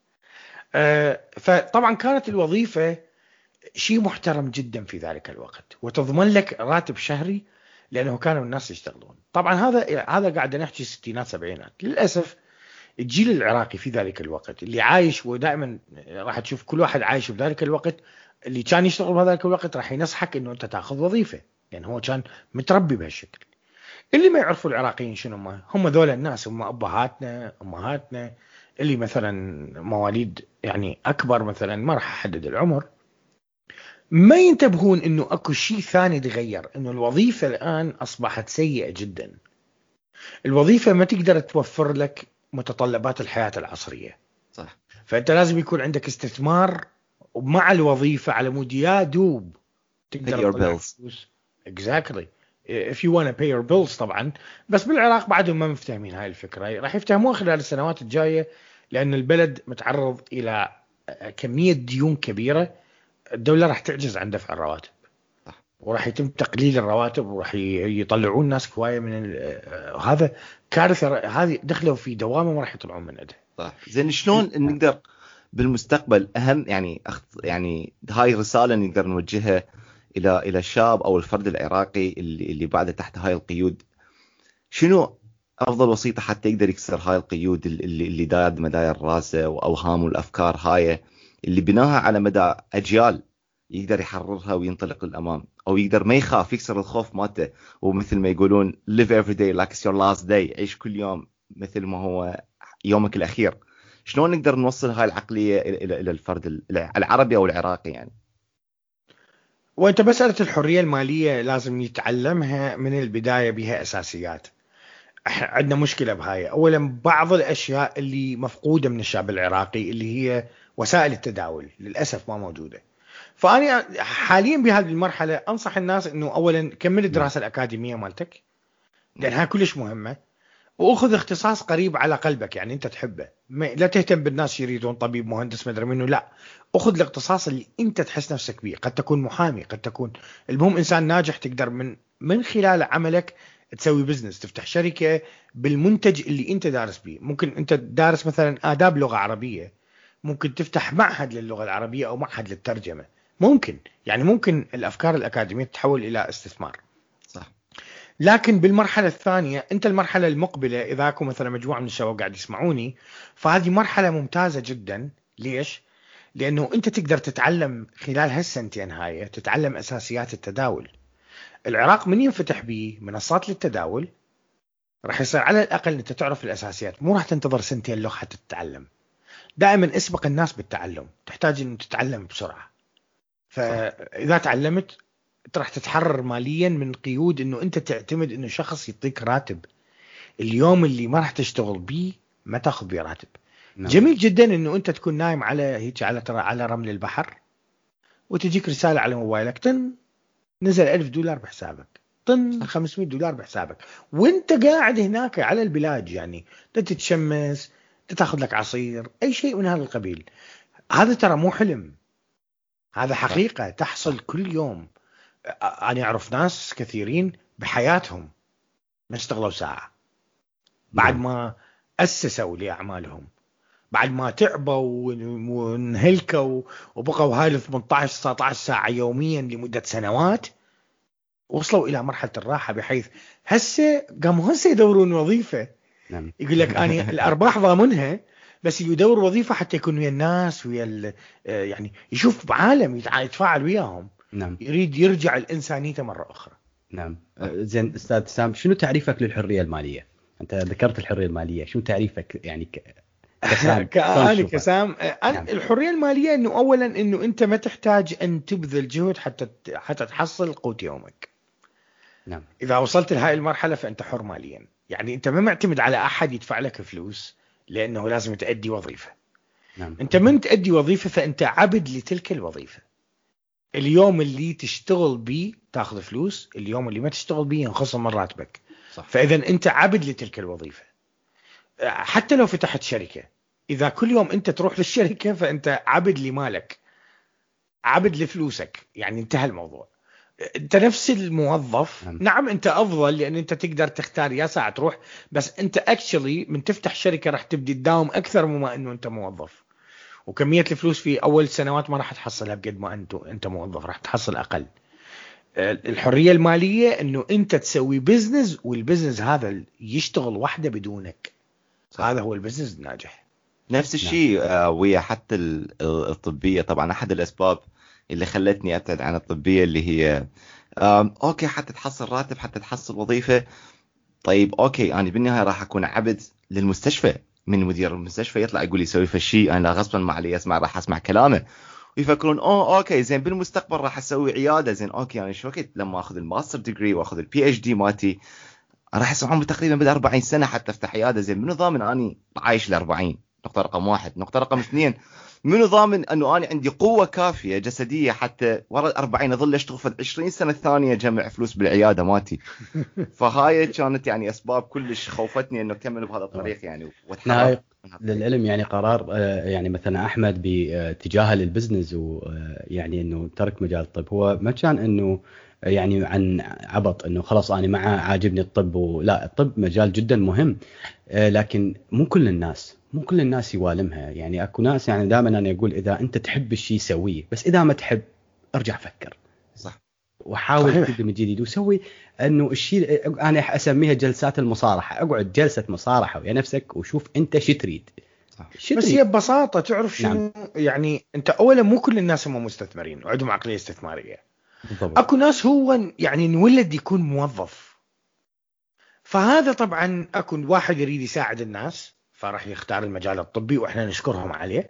فطبعا كانت الوظيفة شيء محترم جدا في ذلك الوقت، وتضمن لك راتب شهري، لأنه كانوا الناس يشتغلون. طبعا هذا قاعد نحكي ستينات سبعينات. للأسف الجيل العراقي في ذلك الوقت اللي عايش، ودائما راح تشوف كل واحد عايش في ذلك الوقت، اللي كان يشتغل بهذاك الوقت راح ينصحك انه انت تاخذ وظيفة، لأنه هو كان متربي بهالشكل. اللي ما يعرفوا العراقيين شنو هم ذول الناس، هم أبهاتنا أمهاتنا اللي مثلا مواليد يعني أكبر، مثلا ما راح أحدد العمر، ما ينتبهون انه اكو شيء ثاني تغير، انه الوظيفة الان اصبحت سيئة جدا. الوظيفة ما تقدر توفر لك متطلبات الحياة العصرية. صح. فانت لازم يكون عندك استثمار مع الوظيفة على مود يا دوب تقدر تطلع فلوس. Exactly. If you want to pay your bills طبعا. بس بالعراق بعدهم ما مفتهمين هاي الفكرة، راح يفتهموها خلال السنوات الجاية، لأن البلد متعرض إلى كمية ديون كبيرة. الدولة راح تعجز عن دفع الرواتب، وراح يتم تقليل الرواتب، وراح يطلعون ناس هواية من هذا كارثة. هذه دخلوا في دوامة ما راح يطلعون من عندها. صح. زين، شلون نقدر بالمستقبل يعني هاي رسالة نقدر نوجهها إلى الشاب أو الفرد العراقي اللي بعده تحت هاي القيود؟ شنو أفضل وسيطة حتى يقدر يكسر هاي القيود اللي داير مداير راسه وأوهام والأفكار هاي اللي بناها على مدى أجيال، يقدر يحررها وينطلق للأمام، أو يقدر ما يخاف، يكسر الخوف مالته، ومثل ما يقولون live every day like it's your last day، عيش كل يوم مثل ما هو يومك الأخير. شلون نقدر نوصل هاي العقلية إلى الفرد العربي أو العراقي يعني؟ وأنت مسألة الحرية المالية لازم يتعلمها من البداية، بها أساسيات. عندنا مشكلة بهاي. أولا بعض الأشياء اللي مفقودة من الشعب العراقي اللي هي وسائل التداول للأسف ما موجودة. فأنا حاليا بهذه المرحلة أنصح الناس أنه أولا كمل الدراسة الأكاديمية مالتك، لأنها كلش مهمة، وأخذ اختصاص قريب على قلبك، يعني أنت تحبه. لا تهتم بالناس يريدون طبيب مهندس مدري منه، لا، أخذ الاختصاص اللي أنت تحس نفسك به. قد تكون محامي، قد تكون المهم إنسان ناجح تقدر من خلال عملك تسوي بزنس، تفتح شركة بالمنتج اللي أنت دارس به. ممكن أنت دارس مثلا آداب لغة عربية، ممكن تفتح معهد للغة العربية أو معهد للترجمة. ممكن الأفكار الأكاديمية تتحول إلى استثمار. صح. لكن بالمرحلة الثانية أنت المرحلة المقبلة إذا أكو مثلا مجموعة من الشباب قاعد يسمعوني، فهذه مرحلة ممتازة جدا. ليش؟ لأنه أنت تقدر تتعلم خلال هالسنتين هاي، تتعلم أساسيات التداول. العراق من ينفتح به منصات للتداول راح يصير على الأقل أنت تعرف الأساسيات، مو راح تنتظر سنتين لو حتى تتعلم. دائما اسبق الناس بالتعلم، تحتاج أن تتعلم بسرعة. فإذا تعلمت راح تتحرر ماليا من قيود أنه أنت تعتمد أنه شخص يعطيك راتب. اليوم اللي ما راح تشتغل بيه ما تاخذ بيه راتب. نعم. جميل جدا أنه أنت تكون نايم على هيك على رمل البحر، وتجيك رسالة على موبايلك نزل $1000 بحسابك، $500 بحسابك، وانت قاعد هناك على البلاج، يعني تتشمس، تاخذ لك عصير، اي شيء من هذا القبيل. هذا ترى مو حلم، هذا حقيقة تحصل كل يوم. انا اعرف ناس كثيرين بحياتهم ما اشتغلوا ساعة بعد ما أسسوا لأعمالهم، بعد ما تعبوا ونهلكوا وبقوا هاي 18-19 ساعة يوميا لمدة سنوات، وصلوا إلى مرحلة الراحة بحيث قاموا يدورون وظيفة. نعم. يقول لك أنا الأرباح ضامنها، بس يدور وظيفة حتى يكون ويا الناس، ويا يعني يشوف عالم يتفاعل وياهم. نعم. يريد يرجع الإنسانية مرة أخرى. نعم. زين أستاذ سام، شنو تعريفك للحرية المالية؟ أنت ذكرت الحرية المالية، شنو تعريفك يعني كسام؟ أنا كسام نعم. الحرية المالية إنه أولا إنه أنت ما تحتاج أن تبذل جهد حتى تحصل قوت يومك. نعم. إذا وصلت لهاي المرحلة فأنت حر ماليا، يعني أنت ما معتمد على أحد يدفع لك فلوس لأنه لازم تأدي وظيفة. نعم. أنت من تأدي وظيفة فأنت عبد لتلك الوظيفة. اليوم اللي تشتغل بيه تاخذ فلوس، اليوم اللي ما تشتغل بيه ينخصم من راتبك. صح. فإذا أنت عبد لتلك الوظيفة. حتى لو فتحت شركة، إذا كل يوم أنت تروح للشركة فأنت عبد لمالك، عبد لفلوسك، يعني انتهى الموضوع. انت نفس الموظف. نعم انت افضل لان انت تقدر تختار يا ساعة تروح، بس انت اكشلي من تفتح شركة راح تبدي تداوم اكثر مما انه انت موظف، وكمية الفلوس في اول سنوات ما راح تحصلها بقد ما انت موظف، راح تحصل اقل. الحرية المالية انه انت تسوي بزنس، والبزنس هذا يشتغل وحده بدونك. هذا هو البزنس الناجح. نفس الشيء ويا حتى الطبية. طبعا احد الاسباب اللي خلتني ابتعد عن الطبية اللي هي اوكي حتى تحصل راتب، حتى تحصل وظيفة، طيب اوكي انا بالنهاية راح اكون عبد للمستشفى. من مدير المستشفى يطلع يقول لي سوي فشي، انا غصبا ما علي اسمع، راح اسمع كلامه، ويفكرون اوكي زين بالمستقبل راح اسوي عيادة. زين اوكي انا شو وقت لما اخذ الماستر ديجري واخذ البي اتش دي مالتي راح يصير عمري تقريبا بدا 40 سنة حتى افتح عيادة. زين منو ضامن اني عايش ل40؟ نقطة رقم 1. نقطة رقم 2، منو ضامن انه انا عندي قوة كافية جسدية حتى ورا 40 اظل اشتغل في 20 سنة الثانية اجمع فلوس بالعيادة مالتي؟ فهاي كانت يعني اسباب كلش خوفتني انه اكمل بهذا الطريق يعني واتحرك. للعلم يعني قرار يعني مثلا احمد باتجاهه للبزنس ويعني انه ترك مجال الطب، هو ما كان انه يعني عن عبط انه خلاص انا مع عاجبني الطب لا، الطب مجال جدا مهم، لكن مو كل الناس يوالمها. يعني اكو ناس، يعني دائما انا اقول اذا انت تحب الشيء سويه، بس اذا ما تحب ارجع فكر. صح. وحاول تبدا من جديد وسوي انه الشيء انا اسميها جلسات المصارحه. اقعد جلسه مصارحه ويا نفسك وشوف انت شو تريد. بس هي ببساطه تعرف شنو. نعم. يعني انت اولا مو كل الناس هم مستثمرين وعندهم عقليه استثماريه. بالضبط. اكو ناس هو يعني انولد يكون موظف، فهذا طبعا اكو واحد يريد يساعد الناس فراح يختار المجال الطبي واحنا نشكرهم عليه.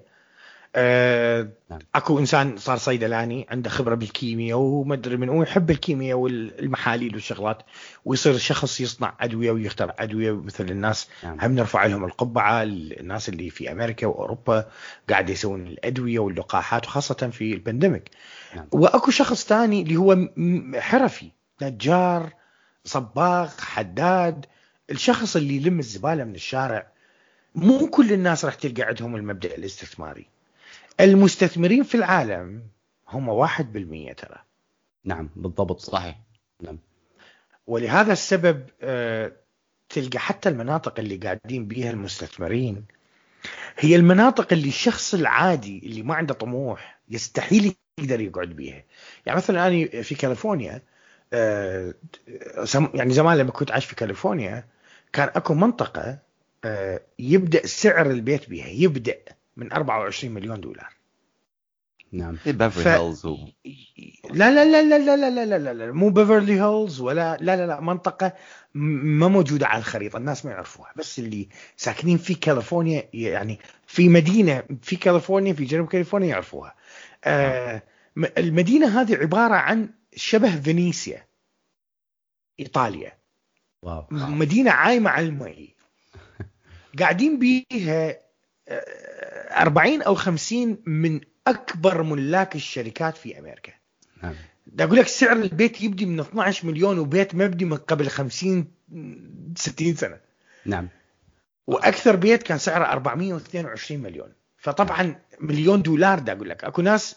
اكو انسان صار صيدلاني عنده خبره بالكيمياء ومدري من يحب الكيمياء والمحاليل والشغلات، ويصير شخص يصنع ادويه ويخترع ادويه مثل الناس. هم نرفع لهم القبعه، الناس اللي في امريكا واوروبا قاعد يسوون الادويه واللقاحات، وخاصه في البانديميك. واكو شخص ثاني اللي هو حرفي، نجار، صباغ، حداد، الشخص اللي يلم الزباله من الشارع. مو كل الناس راح تلقى عندهم المبدأ الاستثماري. المستثمرين في العالم هم 1% ترى. نعم بالضبط صحيح. نعم. ولهذا السبب تلقى حتى المناطق اللي قاعدين بيها المستثمرين هي المناطق اللي الشخص العادي اللي ما عنده طموح يستحيل يقدر يقعد بيها. يعني مثلا أنا في كاليفورنيا يعني زمان لما كنت عايش في كاليفورنيا كان اكو منطقة يبدأ سعر البيت بها يبدأ من 24 مليون دولار. نعم. بيفرلي هيلز لا لا لا لا لا لا لا لا لا مو بيفرلي هيلز ولا لا منطقة ما موجودة على الخريطة، الناس ما يعرفوها، بس اللي ساكنين في كاليفورنيا يعني في مدينة في كاليفورنيا في جنوب كاليفورنيا يعرفوها. المدينة هذه عبارة عن شبه فينيسيا إيطاليا. واو. مدينة عايمة على المي قاعدين بيها 40 أو 50 من أكبر ملاك الشركات في أمريكا. نعم. دا أقول لك سعر البيت يبدي من 12 مليون وبيت مبدي من قبل 50 60 سنة. نعم. وأكثر بيت كان سعره 422 مليون. فطبعا مليون دولار دا أقول لك أكو ناس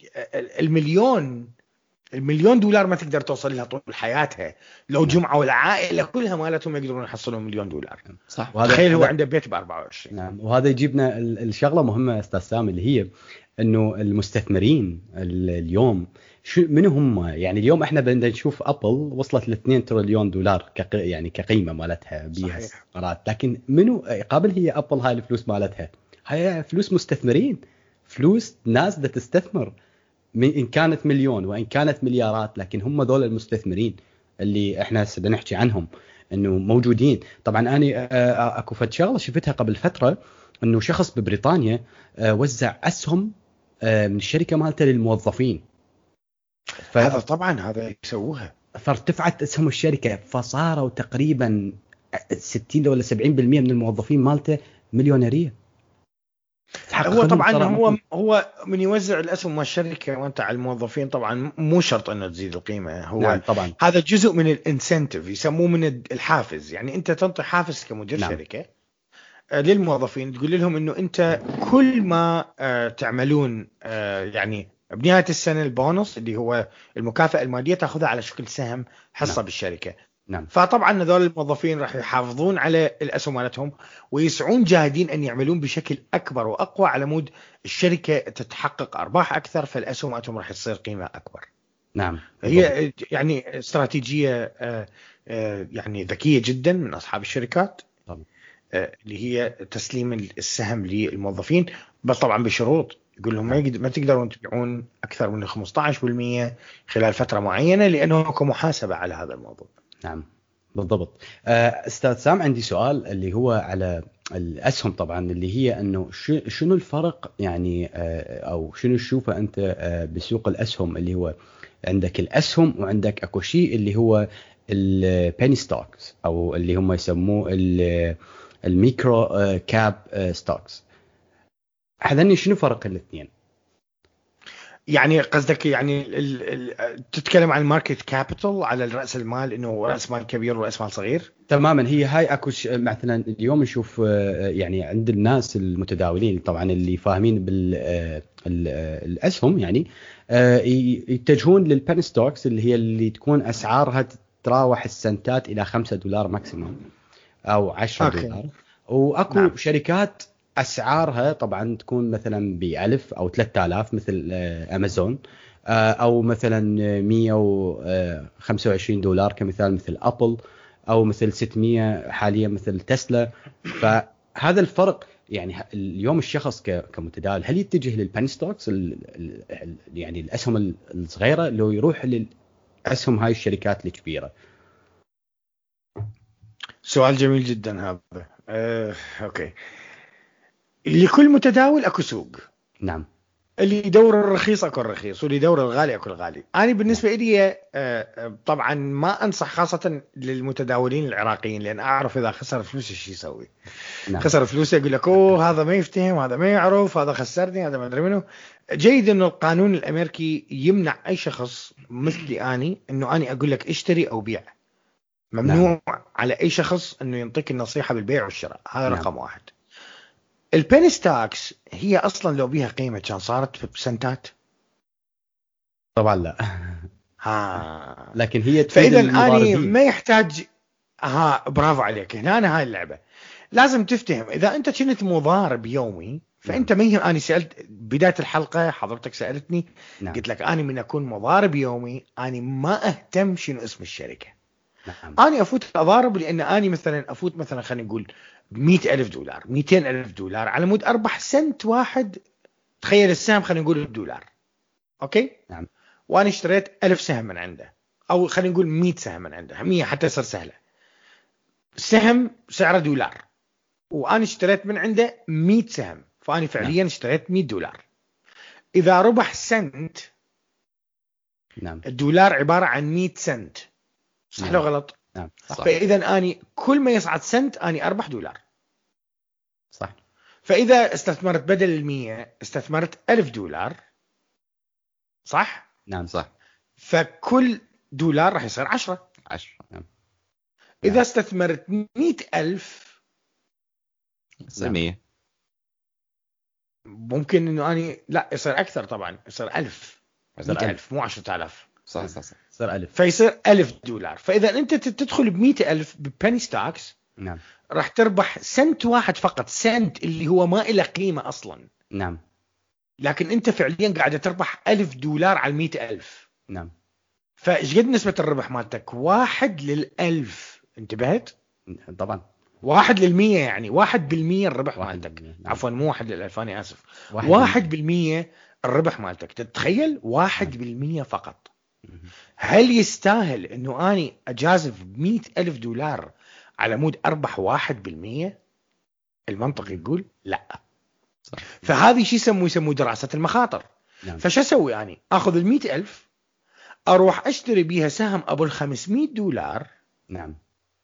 المليون دولار ما تقدر توصل لها طول حياتها لو جمعوا العائلة كلها مالتهم يقدرون يحصلون مليون دولار. صح. تخيل هو عنده بيت ب24. نعم. وهذا يجيبنا الشغلة مهمة أستاذ سامي اللي هي إنه المستثمرين اليوم منو هم؟ يعني اليوم إحنا بدنا نشوف أبل وصلت ل2 تريليون دولار يعني كقيمة مالتها بيها استثمارات، لكن منو قبل هي أبل هاي الفلوس مالتها؟ هاي فلوس مستثمرين، فلوس ناس بدها تستثمر إن كانت مليون وإن كانت مليارات، لكن هم دول المستثمرين اللي إحنا هسه نحكي عنهم إنه موجودين. طبعا أنا أكو فد شغلة شفتها قبل فترة إنه شخص ببريطانيا وزع أسهم من الشركة مالته للموظفين. هذا طبعا هذا يسووها، فارتفعت أسهم الشركة فصاروا تقريبا 60 ولا 70% من الموظفين مالته مليونيرية. هو طبعا هو من يوزع الاسهم مال الشركه وانت على الموظفين طبعا مو شرط انه تزيد القيمه. هو نعم طبعا. هذا جزء من الانسنتيف يسموه من الحافز. يعني انت تنطي حافز كمدير نعم. شركه للموظفين، تقول لهم انه انت كل ما تعملون يعني بنهايه السنه البونص اللي هو المكافاه الماديه تاخذها على شكل سهم حصه نعم. بالشركه. نعم. فطبعا هذول الموظفين راح يحافظون على الأسهم مالتهم ويسعون جاهدين أن يعملون بشكل أكبر وأقوى على مود الشركة تتحقق أرباح أكثر، فالأسهم مالتهم راح تصير قيمة أكبر. نعم. هي يعني استراتيجية يعني ذكية جدا من أصحاب الشركات اللي هي تسليم السهم للموظفين، بس طبعا بشروط. يقول لهم ما تقدرون تبيعون أكثر من 15% خلال فترة معينة لأنه كمحاسبة على هذا الموضوع. نعم بالضبط. أستاذ سام عندي سؤال اللي هو على الأسهم طبعا، اللي هي أنه شنو الفرق يعني أو شنو تشوفه أنت بسوق الأسهم، اللي هو عندك الأسهم وعندك أكو شيء اللي هو البيني ستوكس أو اللي هم يسموه الميكرو كاب ستوكس. هذني شنو فرق الاثنين؟ يعني قصدك يعني تتكلم عن الماركت كابيتال على رأس المال، انه رأس مال كبير ورأس مال صغير؟ تماما. هي هاي اكو مثلا اليوم نشوف يعني عند الناس المتداولين طبعا اللي فاهمين بالاسهم يعني يتجهون للبن ستوكس اللي هي اللي تكون اسعارها تتراوح السنتات الى $5 ماكسيموم او $10. واكو نعم. شركات أسعارها طبعا تكون مثلا ب1000 أو 3000 مثل أمازون، أو مثلا $125 كمثال مثل أبل، أو مثل 600 حاليا مثل تسلا. فهذا الفرق يعني اليوم الشخص كمتداول هل يتجه للبن ستوكس يعني الأسهم الصغيرة لو يروح للأسهم هاي الشركات الكبيرة؟ سؤال جميل جدا هذا. أوكي، لكل متداول اكو سوق. نعم. اللي يدور الرخيص اكو الرخيص واللي يدور الغالي اكو الغالي. انا بالنسبه لي طبعا ما انصح خاصه للمتداولين العراقيين، لان اعرف اذا خسر فلوس ايش يسوي. نعم. خسر فلوس يقول لك اوه هذا ما يفتهم، هذا ما يعرف، هذا خسرني، هذا ما ادري منه. جيد انه القانون الامريكي يمنع اي شخص مثلي انه اني اقول لك اشتري او بيع. ممنوع نعم. على اي شخص انه ينطيك النصيحه بالبيع والشراء. هذا نعم. رقم واحد. البين ستوكس هي أصلا لو بيها قيمة كان صارت بسنتات؟ طبعا لا. لكن هي فإذا أنا ما يحتاج برافو عليك. هنا هاي اللعبة لازم تفتهم. إذا أنت كنت مضارب يومي فأنت أنا سألت بداية الحلقة، حضرتك سألتني نعم. قلت لك أنا من أكون مضارب يومي أنا ما أهتم شنو اسم الشركة. نعم. أنا أفوت أضارب لأن أنا مثلا أفوت مثلا خلينا نقول $100,000 $200,000 على مود أربح سنت واحد. تخيل السهم خلينا نقول $1. أوكي. نعم. وأنا اشتريت 1000 سهم من عنده، أو خلينا نقول 100 سهم من عنده، 100 حتى يصير سهلة. سهم سعره $1 وأنا اشتريت من عنده 100 سهم، فأنا فعليا اشتريت $100. إذا ربح سنت، نعم. $1 عبارة عن 100 سنت، صح لو غلط؟ نعم. صح. فإذا أنا كل ما يصعد سنت أنا أربح $1. صح. فإذا استثمرت بدل 100 استثمرت $1000، صح؟ نعم. صح. فكل $1 راح يصير 10. 10. نعم. إذا استثمرت 100,000 يصير 100. ممكن إنه أنا لا يصير أكثر طبعا، يصير 1000. يصير 100,000 مو 10,000. صح صح صح. صار 1000. فيصير $1000. فإذا أنت تدخل ب100,000 ببني ستوكس نعم. راح تربح سنت واحد فقط، سنت اللي هو ما له قيمة أصلا، نعم. لكن أنت فعليا قاعد تربح $1000 على 100,000. نعم. فإيش قد نسبة الربح مالتك؟ 1/1000. انتبهت؟ طبعا 1/100 يعني 1% الربح 1%. مالتك. نعم. عفوا مو 1/1000، أنا آسف. 1%. 1% الربح مالتك. تتخيل 1% فقط. هل يستاهل إنه أنا أجازف $100,000 على مود أربح 1%؟ المنطق يقول لا. صح. فهذه شو يسموه دراسة المخاطر. نعم. فش أسوي أنا؟ أخذ $100,000 أروح أشتري بيها سهم أبو $500، نعم.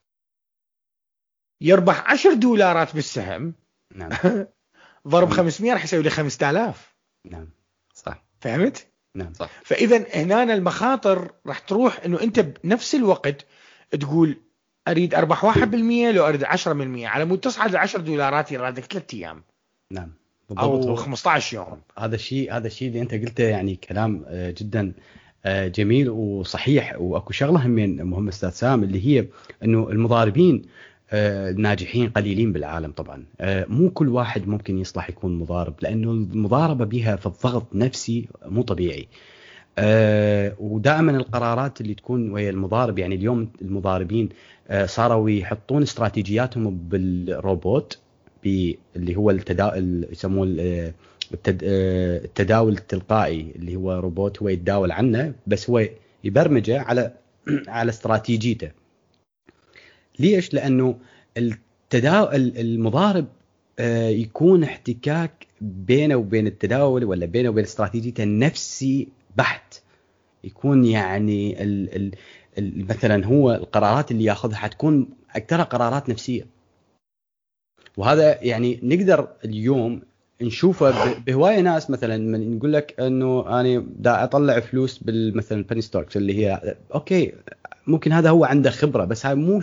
يربح $10 بالسهم. نعم. ضرب 500 راح يسوي لي 5000. نعم. صح. فهمت؟ نعم. صح. فإذا هنا المخاطر راح تروح إنه أنت بنفس الوقت تقول أريد أربح 1% لو أريد 10%، على مود تصعد $10 يرادك 3 أيام نعم. أو 15 يوم. هذا الشيء اللي أنت قلته يعني كلام جدا جميل وصحيح. واكو شغله همين مهمه استاذ سام، اللي هي انه المضاربين الناجحين قليلين بالعالم طبعا. مو كل واحد ممكن يصلح يكون مضارب، لانه المضاربه بها في الضغط نفسي مو طبيعي. ودائما القرارات اللي تكون وهي المضارب، يعني اليوم المضاربين صاروا يحطون استراتيجياتهم بالروبوت، اللي هو يسموه التداول التلقائي، اللي هو روبوت هو يتداول عنه، بس هو يبرمجه على استراتيجيته. ليش؟ لأنه المضارب يكون احتكاك بينه وبين التداول، ولا بينه وبين استراتيجيته النفسي بحت. يكون يعني مثلا هو القرارات اللي ياخذها حتكون أكثر قرارات نفسية. وهذا يعني نقدر اليوم نشوفه بهواية ناس. مثلا من نقول لك انه انا دا اطلع فلوس مثلا البني ستوكس، اللي هي اوكي ممكن هذا هو عنده خبرة، بس هاي مو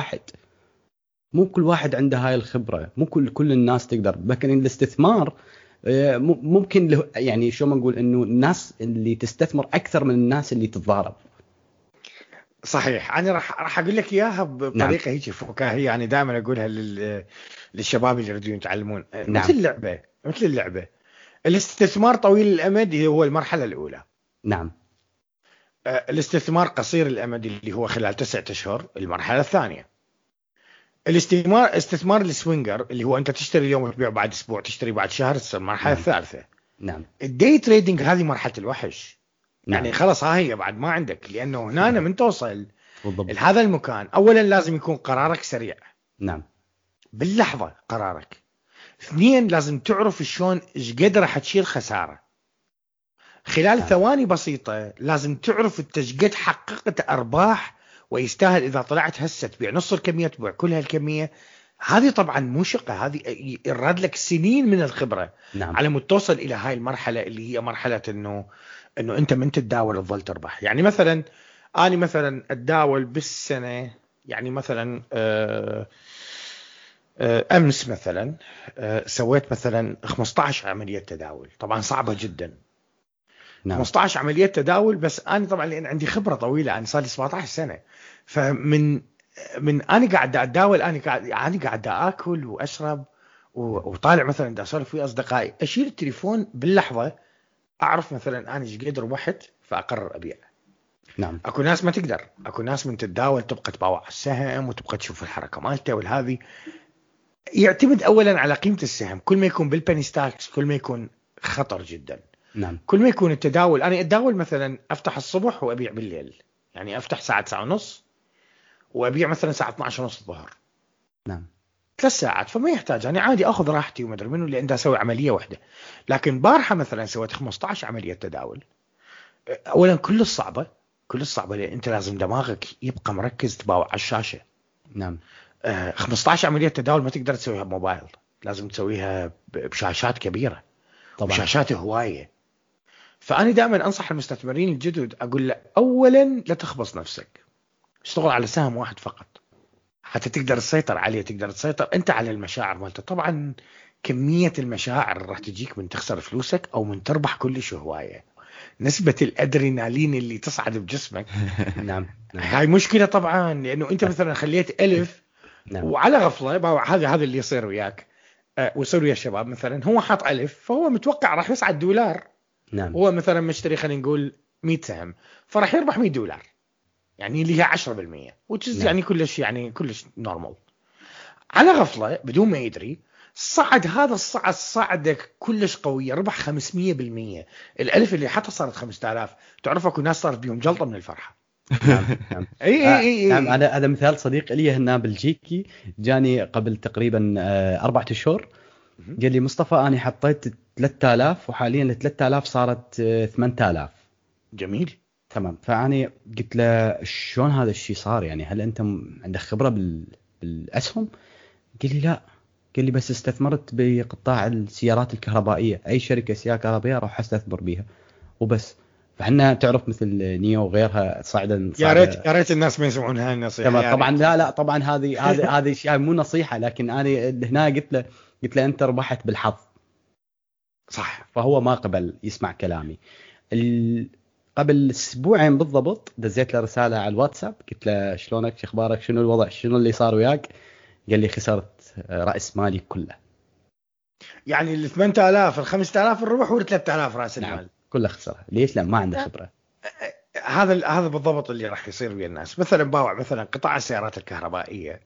كل واحد عنده هاي الخبرة. مو كل الناس تقدر. لكن الاستثمار ممكن يعني شو ما نقول انه الناس اللي تستثمر اكثر من الناس اللي تتضارب. صحيح. انا راح اقول لك اياها بطريقه هيك فكاهيه، يعني دائما اقولها للشباب اللي يريدون يتعلمون. نعم. مثل اللعبه الاستثمار طويل الامد هو المرحله الاولى. نعم. الاستثمار قصير الامد اللي هو خلال 9 أشهر المرحله الثانيه. استثمار السوينجر اللي هو انت تشتري اليوم وتبيع بعد اسبوع، تشتري بعد شهر، تصير المرحله الثالثه. نعم. الدي تريدينج هذه مرحله الوحش. نعم. يعني خلاص هي بعد ما عندك، لانه هنا من توصل بالضبط. لهذا المكان اولا لازم يكون قرارك سريع. نعم. باللحظه قرارك. 2 لازم تعرف شلون ايش قد راح تشيل خساره خلال ثواني بسيطه. لازم تعرف انت ايش قد حققت ارباح، ويستاهل اذا طلعت هسه تبيع نص الكميه تبيع كل هالكميه. هذه طبعا مو شقه، هذه يراد لك سنين من الخبره. نعم. على مود توصل الى هاي المرحله اللي هي مرحله انه انت من تتداول تظل تربح. يعني مثلا انا مثلا اتداول بالسنه، يعني مثلا امس مثلا سويت مثلا 15 عمليه تداول. طبعا صعبه جدا. نعم. 15 عمليه تداول، بس انا طبعا لان عندي خبره طويله، انا صار لي 17 سنه. فمن من انا قاعد اتداول، انا قاعد اكل واشرب وطالع مثلا دا اسولف ويا اصدقائي، اشيل التليفون باللحظه، اعرف مثلا انا ايش قد ربحت فاقرر ابيع. نعم اكو ناس ما تقدر، اكو ناس من تتداول تبقى تباوع السهم وتبقى تشوف الحركه مالته والهذه. يعتمد اولا على قيمه السهم، كل ما يكون بالبني ستاكس كل ما يكون خطر جدا. نعم كل ما يكون التداول، انا اتداول مثلا افتح الصبح وابيع بالليل، يعني افتح ساعه ونص وابيع مثلا الساعه 12 ونص الظهر، نعم 3 ساعات، فما يحتاج يعني عادي اخذ راحتي وما ادري منو اللي عنده اسوي عمليه واحده. لكن بارحه مثلا سويت 15 عمليه تداول. اولا كل الصعبه لان انت لازم دماغك يبقى مركز تباوع على الشاشه. نعم 15 عمليه تداول ما تقدر تسويها بموبايل، لازم تسويها بشاشات كبيره، طبعا وشاشات هوايه. فانا دائما انصح المستثمرين الجدد، اقول له اولا لا تخبص نفسك، اشتغل على سهم واحد فقط حتى تقدر تسيطر عليه، تقدر تسيطر انت على المشاعر مالته. طبعا كميه المشاعر راح تجيك من تخسر فلوسك او من تربح كلش هوايه. نسبه الادرينالين اللي تصعد بجسمك نعم نعم هاي مشكله طبعا، لانه انت مثلا خليت 1000 نعم وعلى غفله هذا اللي يصير وياك ويصير ويا الشباب. مثلا هو حاط 1000 فهو متوقع راح يصعد $، نعم هو مثلا مشتري خلينا نقول 100 سهم، فراح يربح $100، يعني اللي هي 10%، which is نعم. يعني كلش نورمال. على غفله بدون ما يدري صعد هذا صعدك كلش قويه، ربح 500%. ال1000 اللي حتى صارت 5000. تعرف اكو ناس صارت بيهم جلطه من الفرحه. نعم نعم اي نعم. هذا مثال صديق لي هنا بلجيكي جاني قبل تقريبا 4 أشهر، قال لي مصطفى انا حطيت 3000 وحاليا ال 3000 صارت 8000. جميل. تمام. فاني قلت له شلون هذا الشيء صار؟ يعني هل انت عندك خبره بالاسهم؟ قال لي لا. قال لي بس استثمرت بقطاع السيارات الكهربائيه، اي شركه سيارات كهربائيه راح استثمر بيها وبس. فحنا تعرف مثل نيو وغيرها صعدا. يا ريت الناس ما يسمعون هاي النصيحه. طبعا لا طبعا هذه شيء مو نصيحه، لكن انا هنا قلت له انت ربحت بالحظ. صح. فهو ما قبل يسمع كلامي. قبل اسبوعين بالضبط دزيت له رساله على الواتساب، قلت له شلونك، شو اخبارك، شنو الوضع، شنو اللي صار وياك؟ قال لي خسرت راس مالي كله. يعني ال 8000 ال 5000 الربح وال 3000 راس المال. نعم. كله خسرها. ليش؟ لا ما عنده خبره. هذا بالضبط اللي راح يصير ويا الناس. مثلا باوع مثلا قطاع السيارات الكهربائيه،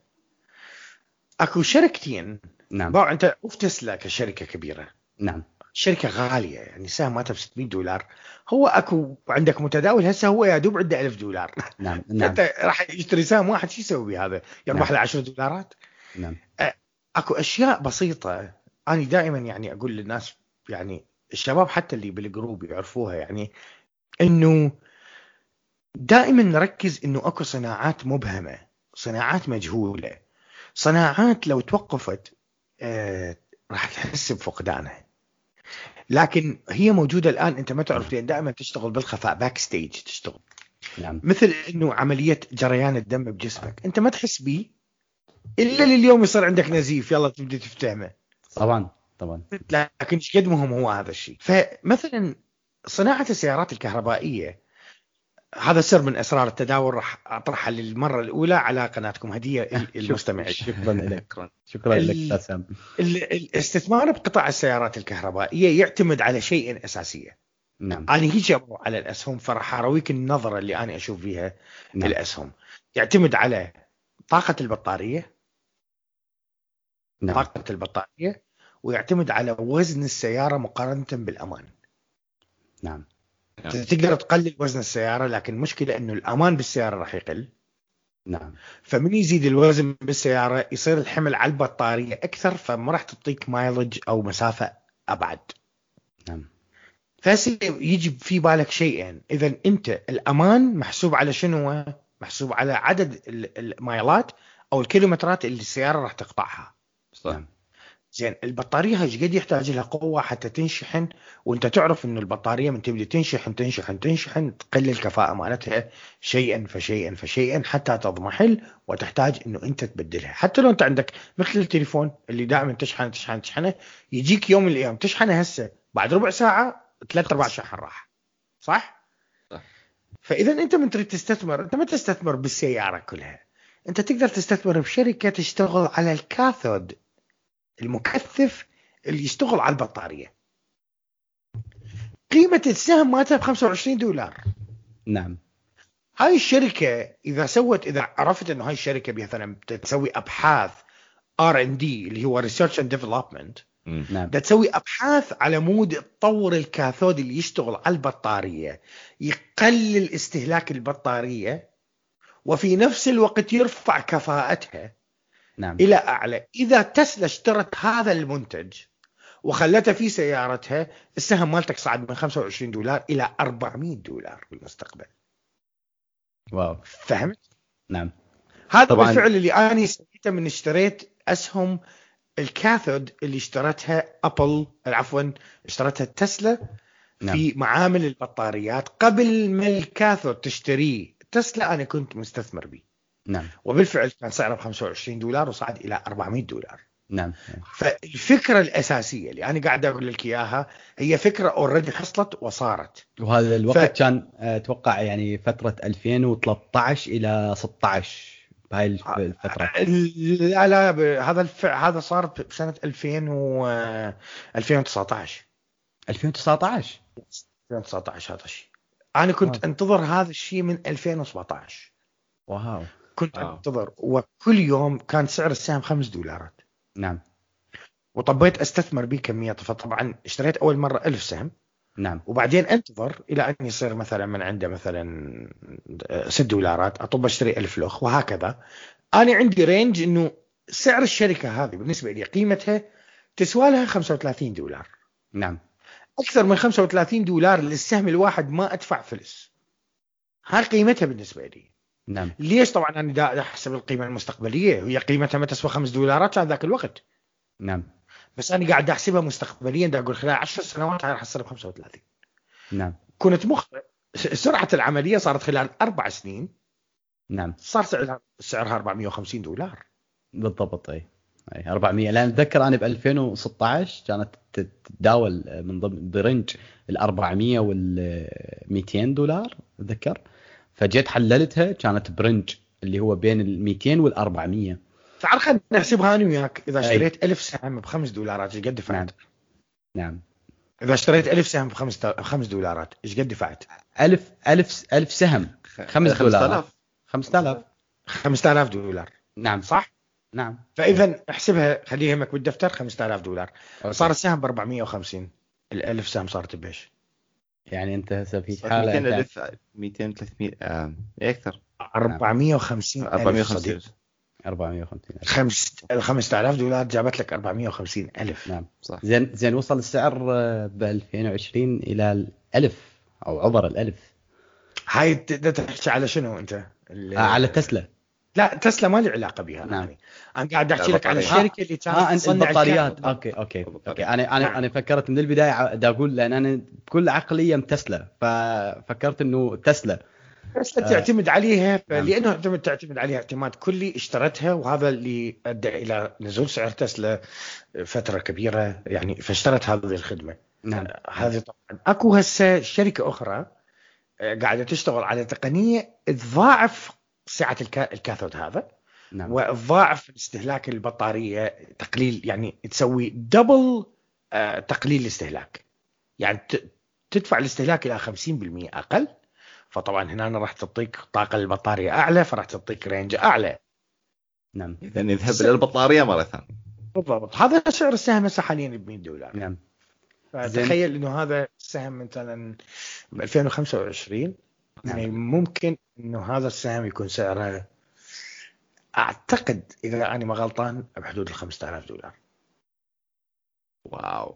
اكو شركتين. نعم. باوع انت وفي تسلا كشركه كبيره. نعم. شركه غاليه، يعني سهم مالته ب $600. هو اكو عندك متداول هسه هو يا دوب عنده $1000. نعم. نعم. انت راح يشتري سهم واحد شو يسوي بهذا؟ يربح له $10. نعم. اكو اشياء بسيطه انا دائما يعني اقول للناس، يعني الشباب حتى اللي بالجروب يعرفوها، يعني انه دائما نركز انه اكو صناعات مبهمه، صناعات مجهوله، صناعات لو توقفت راح تحس بفقدانها، لكن هي موجوده الان انت ما تعرف، لان دائما تشتغل بالخفاء، باك ستيج تشتغل. نعم. مثل انه عمليه جريان الدم بجسمك انت ما تحس بيه الا لليوم يصير عندك نزيف، يلا تبدا تفتهمه. طبعا. لكن ايش قد مهم هو هذا الشيء. فمثلا صناعه السيارات الكهربائيه، هذا سر من اسرار التداول راح اطرحها للمره الاولى على قناتكم، هديه المستمعين. شكرا لك. شكرا لك سام. الاستثمار بقطاع السيارات الكهربائيه يعتمد على شيء اساسيه. نعم. انا هيك على الاسهم، فراح ارويك النظره اللي انا اشوف فيها. نعم. الاسهم يعتمد على طاقه البطاريه. نعم. طاقه البطاريه، ويعتمد على وزن السياره مقارنه بالامان. نعم. تقدر تقلل وزن السيارة، لكن المشكلة انه الامان بالسيارة راح يقل. نعم. فمن يزيد الوزن بالسيارة يصير الحمل على البطارية اكثر، فما راح تعطيك مايلج او مسافة ابعد. نعم. يجي في بالك شيئين، اذا انت الامان محسوب على شنو؟ محسوب على عدد المايلات او الكيلومترات اللي السيارة راح تقطعها. صح. نعم. زين البطارية ايش قد يحتاج لها قوة حتى تنشحن، وانت تعرف انه البطارية من تبدي تنشحن تقل الكفاءة مالتها شيئا فشيئا حتى تضمحل وتحتاج انه انت تبدلها. حتى لو انت عندك مثل التليفون اللي دائما تشحنه، يجيك يوم من الايام تشحنه هسه بعد ربع ساعة 3/4 شحن راح. صح. فاذا انت من تريد تستثمر، انت ما تستثمر بالسيارة كلها، انت تقدر تستثمر بشركة تشتغل على الكاثود المكثف اللي يشتغل على البطارية. قيمة السهم مالتها $25. نعم. هاي الشركة إذا عرفت إنه هاي الشركة مثلا تسوي أبحاث R&D اللي هو Research and Development، نعم. دا تسوي أبحاث على مود تطور الكاثود اللي يشتغل على البطارية، يقلل استهلاك البطارية وفي نفس الوقت يرفع كفاءتها نعم. إلى أعلى. إذا تسلا اشترت هذا المنتج وخلتها في سيارتها، السهم مالتك صعد من $25 إلى $400 بالمستقبل. واو. فهمت؟ نعم. هذا طبعاً. بالفعل اللي أنا سويته من اشتريت أسهم الكاثود اللي اشترتها اشترتها تسلا نعم. في معامل البطاريات قبل ما الكاثود تشتريه تسلا. أنا كنت مستثمر به. نعم. وبالفعل كان سعره $25 وصعد إلى $400. نعم. فالفكرة الأساسية اللي أنا قاعد أقول لك إياها هي فكرة أوريدي حصلت وصارت. وهذا الوقت كان أتوقع يعني فترة 2013 إلى 16 بهاي الفترة. لا هذا صار بسنة 2019 هذا الشيء. أنا كنت أنتظر هذا الشيء من 2017. واو. كنت أنتظر، وكل يوم كان سعر السهم $5. نعم. وطبيت أستثمر به كمية، فطبعا اشتريت أول مرة 1000 سهم. نعم. وبعدين انتظر إلى أن يصير مثلا من عنده مثلا $6 أطب أشتري 1000 لوخ، وهكذا. أنا عندي رينج إنه سعر الشركة هذه بالنسبة لي قيمتها تسوى لها $35. نعم. أكثر من $35 للسهم الواحد ما أدفع فلس. هاي قيمتها بالنسبة لي. نعم. ليش؟ طبعا أنا دا أحسب القيمة المستقبلية، هي قيمتها ما تسوى $5 كان ذاك الوقت. نعم. بس أنا قاعد أحسبها مستقبليا، دا أقول خلال 10 سنوات هاي راح تصير ب35. نعم. كنت مخطئ. سرعة العملية صارت خلال 4 سنين. نعم. صار سعرها $450. بالضبط. أي 400. لأن أتذكر أنا ب 2016 كانت تتداول من ضمن برنج $400 وال $200 أتذكر. فجيت حللتها كانت برنج اللي هو بين $200 وال $400. تعال خلينا نحسبها أنا وياك. إذا اشتريت 1000 سهم $5 إيش قد دفعت؟ نعم. إذا اشتريت 1000 سهم $5 إيش قد دفعت؟ 1000 سهم $5. $5000. نعم صح؟ نعم. فإذا احسبها، خليه يهمك بالدفتر. $5000 صار السهم ب450. ال1000 سهم صارت بإيش؟ يعني أنت هسه في حالة 200 300 أكثر. 450 $5000 جابت لك $450,000. نعم صح. زين وصل السعر ب 2020 إلى 1000 أو عبر 1000. هاي تحكي على شنو أنت؟ على تسلا. لا تسلا ما لي علاقة بها. نعم. أنا قاعد أحكي لك على الشركة اللي كانت تصنع البطاريات. أوكي. أنا فكرت من البداية دا أقول لأن أنا بكل عقلية تسلا، ففكرت إنه تسلا تعتمد عليها. لأنه تعتمد عليها اعتماد كلي اشترتها، وهذا اللي أدى إلى نزول سعر تسلا فترة كبيرة يعني، فاشترت هذه الخدمة. نعم. هذه طبعا أكو هسه شركة أخرى قاعدة تشتغل على تقنية تضاعف سعة الكاثود هذا. نعم. وتضاعف استهلاك البطارية، تقليل يعني تسوي دبل تقليل الاستهلاك، يعني تدفع الاستهلاك إلى 50% أقل. فطبعا هنا راح تعطيك طاقة البطارية أعلى، فراح تعطيك رينج أعلى. نعم. إذا نذهب إلى البطارية مرة ثانية. بالضبط. هذا سعر السهم حاليا $100. نعم. فتخيل إنه هذا السهم مثلا ب 2025. نعم. يعني ممكن إنه هذا السهم يكون سعره، أعتقد إذا أنا ما غلطان، بحدود $5000. واو.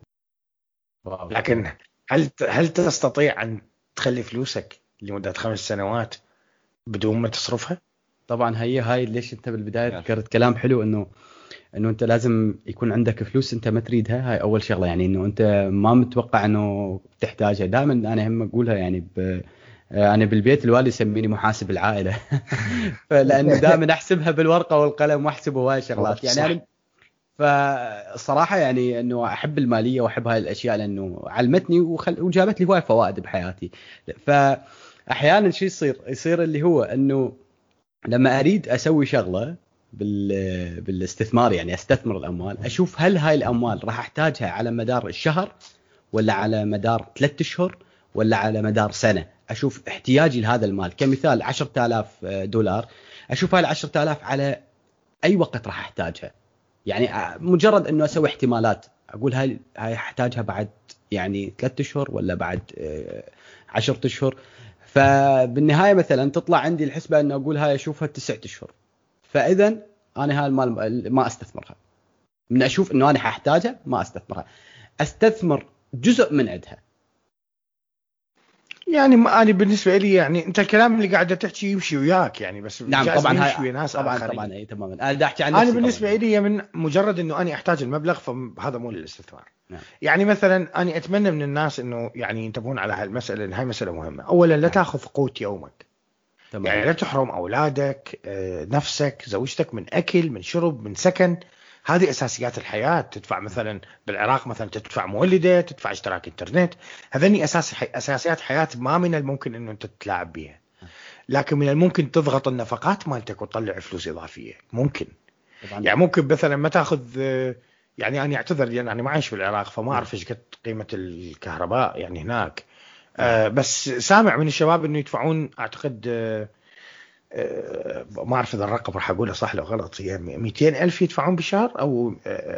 لكن هل تستطيع أن تخلي فلوسك لمدة 5 سنوات بدون ما تصرفها؟ طبعا هاي ليش انت بالبدايه ذكرت كلام حلو انه انت لازم يكون عندك فلوس انت ما تريدها. هاي اول شغله، يعني انه انت ما متوقع انه تحتاجها. دائما انا هم اقولها يعني انا بالبيت الوالد يسميني محاسب العائله فلانه دائما احسبها بالورقه والقلم واحسب هواي شغلات يعني. انا فصراحه يعني انه احب الماليه واحب هاي الاشياء لانه علمتني وجابت لي هواي فوائد بحياتي. فاحيانا شيء يصير اللي هو انه لما اريد اسوي شغله بالاستثمار، يعني استثمر الاموال، اشوف هل هاي الاموال راح احتاجها على مدار الشهر ولا على مدار 3 اشهر ولا على مدار سنه. اشوف احتياجي لهذا المال، كمثال 10,000 دولار، اشوف هاي 10,000 على اي وقت راح احتاجها. يعني مجرد انه اسوي احتمالات، اقول هاي احتاجها بعد يعني 3 اشهر ولا بعد 10 اشهر. فبالنهايه مثلا تطلع عندي الحسبه انه اقول هاي اشوفها 9 اشهر، فاذا انا هاي المال ما استثمرها. من اشوف انه انا حاحتاجها ما استثمرها، استثمر جزء من عندها. يعني انا بالنسبه لي يعني انت الكلام اللي قاعده تحكي يمشي وياك يعني، بس نعم جائز طبعا ما هاي يمشي ويا ناس طبعا آخرين. طبعا اي تماما. انا بدي احكي عن نفسي. انا بالنسبه طبعاً. لي من مجرد انه انا احتاج المبلغ فهذا مو للاستثمار. نعم. يعني مثلا انا اتمنى من الناس انه يعني ينتبهون على هالمساله، لان هاي مساله مهمه. اولا لا تاخذ قوت يومك، تمام. يعني لا تحرم اولادك، نفسك، زوجتك من اكل، من شرب، من سكن. هذه اساسيات الحياه. تدفع مثلا بالعراق مثلا تدفع مولده، تدفع اشتراك انترنت. هذني اساسيات حياه ما من الممكن انه انت تتلاعب بها. لكن من الممكن تضغط النفقات مالتك وتطلع فلوس اضافيه. ممكن طبعا. يعني ممكن مثلا ما تاخذ، يعني انا اعتذر لان انا ما عايش بالعراق فما اعرف ايش قد قيمه الكهرباء يعني هناك. بس سامع من الشباب انه يدفعون اعتقد ما اعرف اذا الرقم راح اقوله صح لو غلط، هي 200,000 يدفعون بالشهر او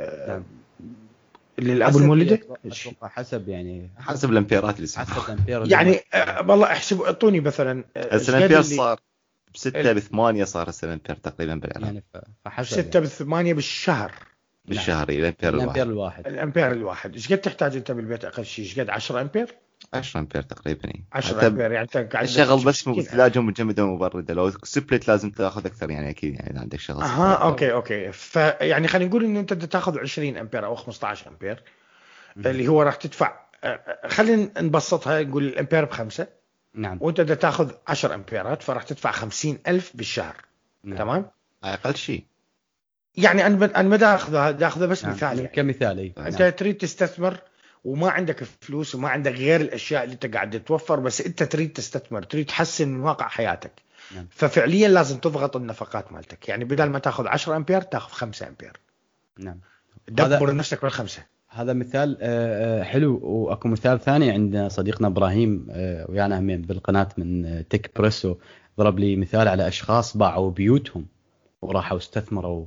للابو المولده. اتوقع حسب يعني حسب الامبيرات اللي سحبها. حسب الامبير يعني والله احسبوا اعطوني مثلا الامبير صار ب6 ب8 صار الامبير تقريبا بالعراق. يعني فحسب 6 ب8 بالشهر. بالشهر الامبير الامبير الامبير الواحد. ايش قد تحتاج انت بالبيت اقل شيء؟ ايش قد 10 امبير؟ 10 امبير تقريبا. 10 امبير يعني انت قاعد الشغل بس ثلاجه مجمده ومبرده. لو سبلت لازم تاخذ اكثر يعني اكيد يعني اذا عندك شغل. اوكي فيعني خلينا نقول ان انت تاخذ 20 امبير او 15 امبير اللي هو راح تدفع. خلينا نبسطها نقول الامبير ب5. نعم. وانت بدك تاخذ 10 امبيرات فراح تدفع 50,000 بالشهر. نعم. تمام. اقل شيء يعني انا بدي اخذها بس نعم. مثال يعني. كمثال. انت تريد تستثمر وما عندك فلوس وما عندك غير الاشياء اللي انت قاعد توفر، بس انت تريد تستثمر، تريد تحسن من واقع حياتك. نعم. ففعليا لازم تضغط النفقات مالتك. يعني بدل ما تاخذ 10 امبير تاخذ 5 امبير. نعم. دبر نفسك بالخمسه. هذا مثال حلو. واكو مثال ثاني عند صديقنا ابراهيم ويانا همين بالقناه من تك بريسو، ضرب لي مثال على اشخاص باعوا بيوتهم وراحوا استثمروا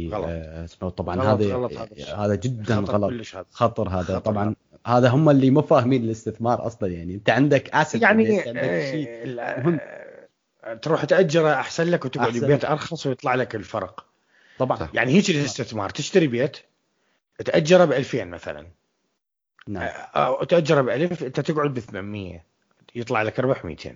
طبعا هذا جدا غلط. خطر هذا خطر. طبعا هذا هم اللي مو فاهمين الاستثمار اصلا. يعني انت عندك اسيت، يعني عندك شيء مهم تروح تاجره احسن لك وتقعد ببيت ارخص ويطلع لك الفرق. طبعا يعني هيك الاستثمار، تشتري بيت تأجره ب2000 مثلا. نعم. أو تأجره ب1000 أنت تقعد ب800 يطلع لك ربح 200.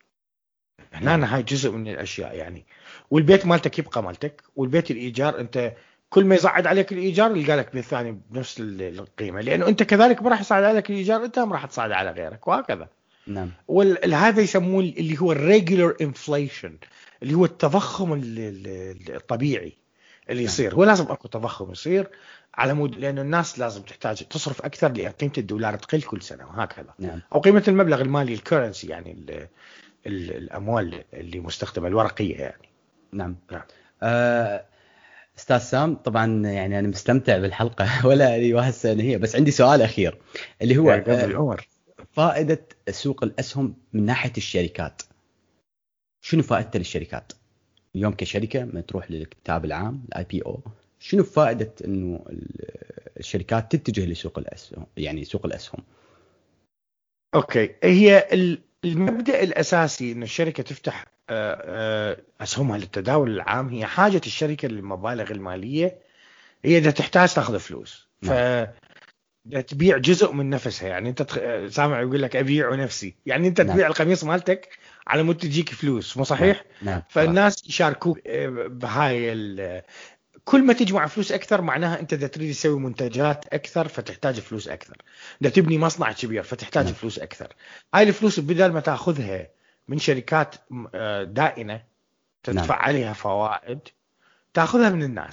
هنا هاي جزء من الأشياء يعني. والبيت مالتك يبقى مالتك، والبيت الإيجار أنت كل ما يصعد عليك الإيجار يلقى لك بيت ثاني بنفس القيمة، لأنه أنت كذلك ما راح يصعد عليك الإيجار، أنت ما راح تصعد على غيرك وهكذا. نعم. وهذا يسموه اللي هو الريجولر انفليشن، اللي هو التضخم الطبيعي اللي يصير. هو لازم اكو تضخم يصير على مود، لانه الناس لازم تحتاج تصرف اكثر لان قيمه الدولار تقل كل سنه وهكذا. نعم. او قيمه المبلغ المالي الكرنسي يعني الاموال اللي مستخدمه الورقيه يعني. نعم. استاذ سام، طبعا يعني انا مستمتع بالحلقه ولا لي وهسه هي، بس عندي سؤال اخير اللي هو فائده سوق الاسهم من ناحيه الشركات. شنو فائدته للشركات اليوم كشركه ما تروح للكتاب العام الIPO؟ شنو فائده انه الشركات تتجه لسوق الاسهم، يعني سوق الاسهم؟ اوكي، هي المبدا الاساسي ان الشركه تفتح اسهمها للتداول العام. هي حاجه الشركه للمبالغ الماليه، هي اذا تحتاج تاخذ فلوس. تبيع جزء من نفسها. يعني انت سامع يقول لك ابيع نفسي، يعني انت تبيع القميص مالتك على مود تجيك فلوس، مو صحيح؟ نعم. فالناس يشاركوك بهاي كل ما تجمع فلوس اكثر معناها انت اذا تريد تسوي منتجات اكثر فتحتاج فلوس اكثر، اذا تبني مصنع كبير فتحتاج فلوس اكثر. هاي الفلوس بدل ما تاخذها من شركات دائنه تدفع عليها فوائد، تاخذها من الناس.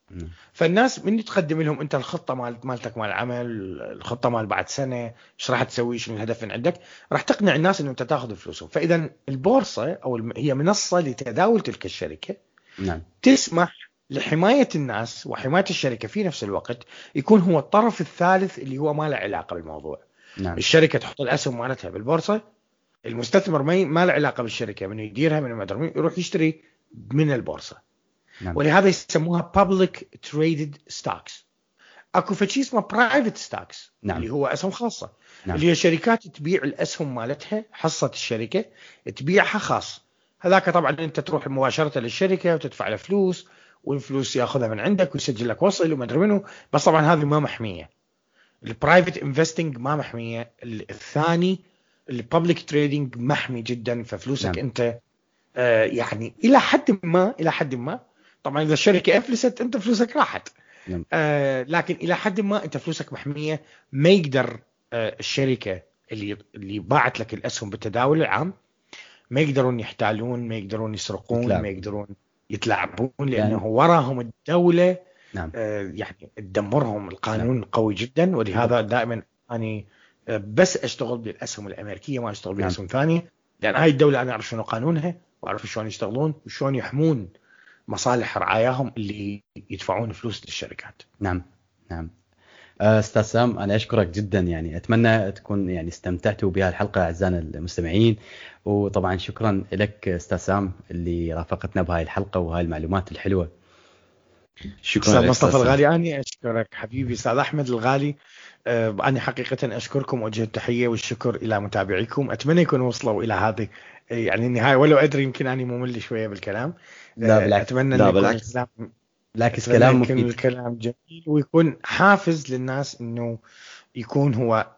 فالناس من تقدم لهم انت الخطه مالتك مال العمل، الخطه مال بعد سنه ايش راح تسوي، شنو الهدف من عندك، راح تقنع الناس انه انت تاخذ فلوسهم. فاذا البورصه او هي منصه لتداول تلك الشركه، نعم. تسمح لحمايه الناس وحمايه الشركه في نفس الوقت، يكون هو الطرف الثالث اللي هو ما له علاقه بالموضوع. نعم. الشركه تحط الاسهم مالتها بالبورصه، المستثمر ما له علاقه بالشركه، من يديرها من ما يروح يشتري من البورصه. نعم. ولهذا يسموها public traded stocks. اكو شيء اسمه private stocks. نعم. اللي هو اسهم خاصه. نعم. اللي هي شركات تبيع الاسهم مالتها، حصه الشركه تبيعها خاص. هذاك طبعا انت تروح مباشره للشركه وتدفع له فلوس، والفلوس ياخذها من عندك ويسجل لك وصل وما ادري منه. بس طبعا هذه ما محميه. البرايفت انفستنج ما محميه. الثاني الببليك تريدنج محمي جدا. ففلوسك نعم. انت يعني الى حد ما طبعا اذا الشركه افلست انت فلوسك راحت. نعم. لكن الى حد ما انت فلوسك محميه. ما يقدر الشركه اللي باعت لك الاسهم بالتداول العام ما يقدرون يحتالون، ما يقدرون يسرقون، ما يقدرون يتلاعبون، لانه يعني وراهم الدوله. نعم. يعني تدمرهم. القانون قوي جدا. ولهذا دائما اني بس اشتغل بالاسهم الامريكيه، ما اشتغل باسهم ثانيه، لان هاي الدوله انا اعرف شنو قانونها واعرف شلون يشتغلون وشلون يحمون مصالح رعاياهم اللي يدفعون فلوس للشركات. نعم. نعم. استاذ سام، انا اشكرك جدا. يعني اتمنى تكون يعني استمتعتوا بهذه الحلقه اعزائنا المستمعين. وطبعا شكرا لك استاذ سام اللي رافقتنا بهاي الحلقه وهاي المعلومات الحلوه. شكرا استاذ مصطفى الغالي. أنا أشكرك حبيبي أستاذ أحمد الغالي. أنا حقيقة أشكركم وأوجه التحية والشكر إلى متابعيكم. أتمنى يكونوا وصلوا إلى هذه يعني النهاية، ولو أدري يمكن أنا ممل شوية بالكلام. لا بالعكس. أتمنى لا بالعكس. بالعكس كلام مفيد. الكلام جميل ويكون حافز للناس إنه يكون هو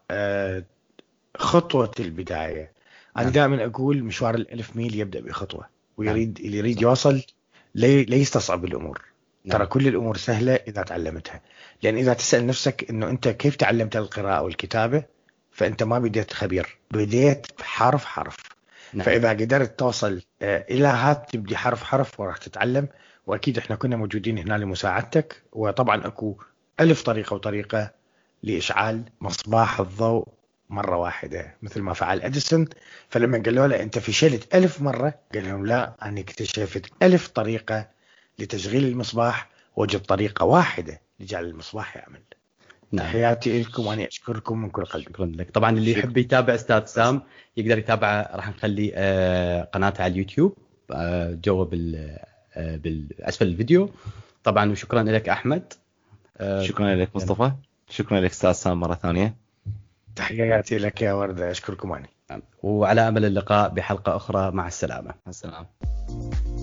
خطوة البداية. أنا دائما أقول مشوار 1000 ميل يبدأ بخطوة، ويريد اللي يريد يوصل ليستصعب الأمور. ترى كل الأمور سهلة إذا تعلمتها. لأن إذا تسأل نفسك إنه أنت كيف تعلمت القراءة والكتابة، فأنت ما بديت خبير، بديت حرف حرف. نعم. فإذا قدرت توصل إلى هذا تبدي حرف حرف وراح تتعلم. وأكيد إحنا كنا موجودين هنا لمساعدتك. وطبعا أكو 1000 طريقة وطريقة لإشعال مصباح الضوء مرة واحدة، مثل ما فعل أديسون. فلما قالوا له أنت فشلت 1000 مرة، قال لهم لا، أنا اكتشفت 1000 طريقة لتشغيل المصباح، وجد طريقة واحدة لجعل المصباح يعمل. نعم. تحياتي لكم وأنا أشكركم من كل قلبي. شكرا لك. طبعا اللي يحب يتابع أستاذ سام يقدر يتابع، راح نخلي قناته على اليوتيوب جوا بالأسفل الفيديو طبعا. وشكرا لك أحمد. شكرا لك مصطفى. شكرا لك أستاذ سام مرة ثانية. تحياتي لك يا وردة. أشكركم أنا. وعلى أمل اللقاء بحلقة أخرى. مع السلامة. مع السلامة.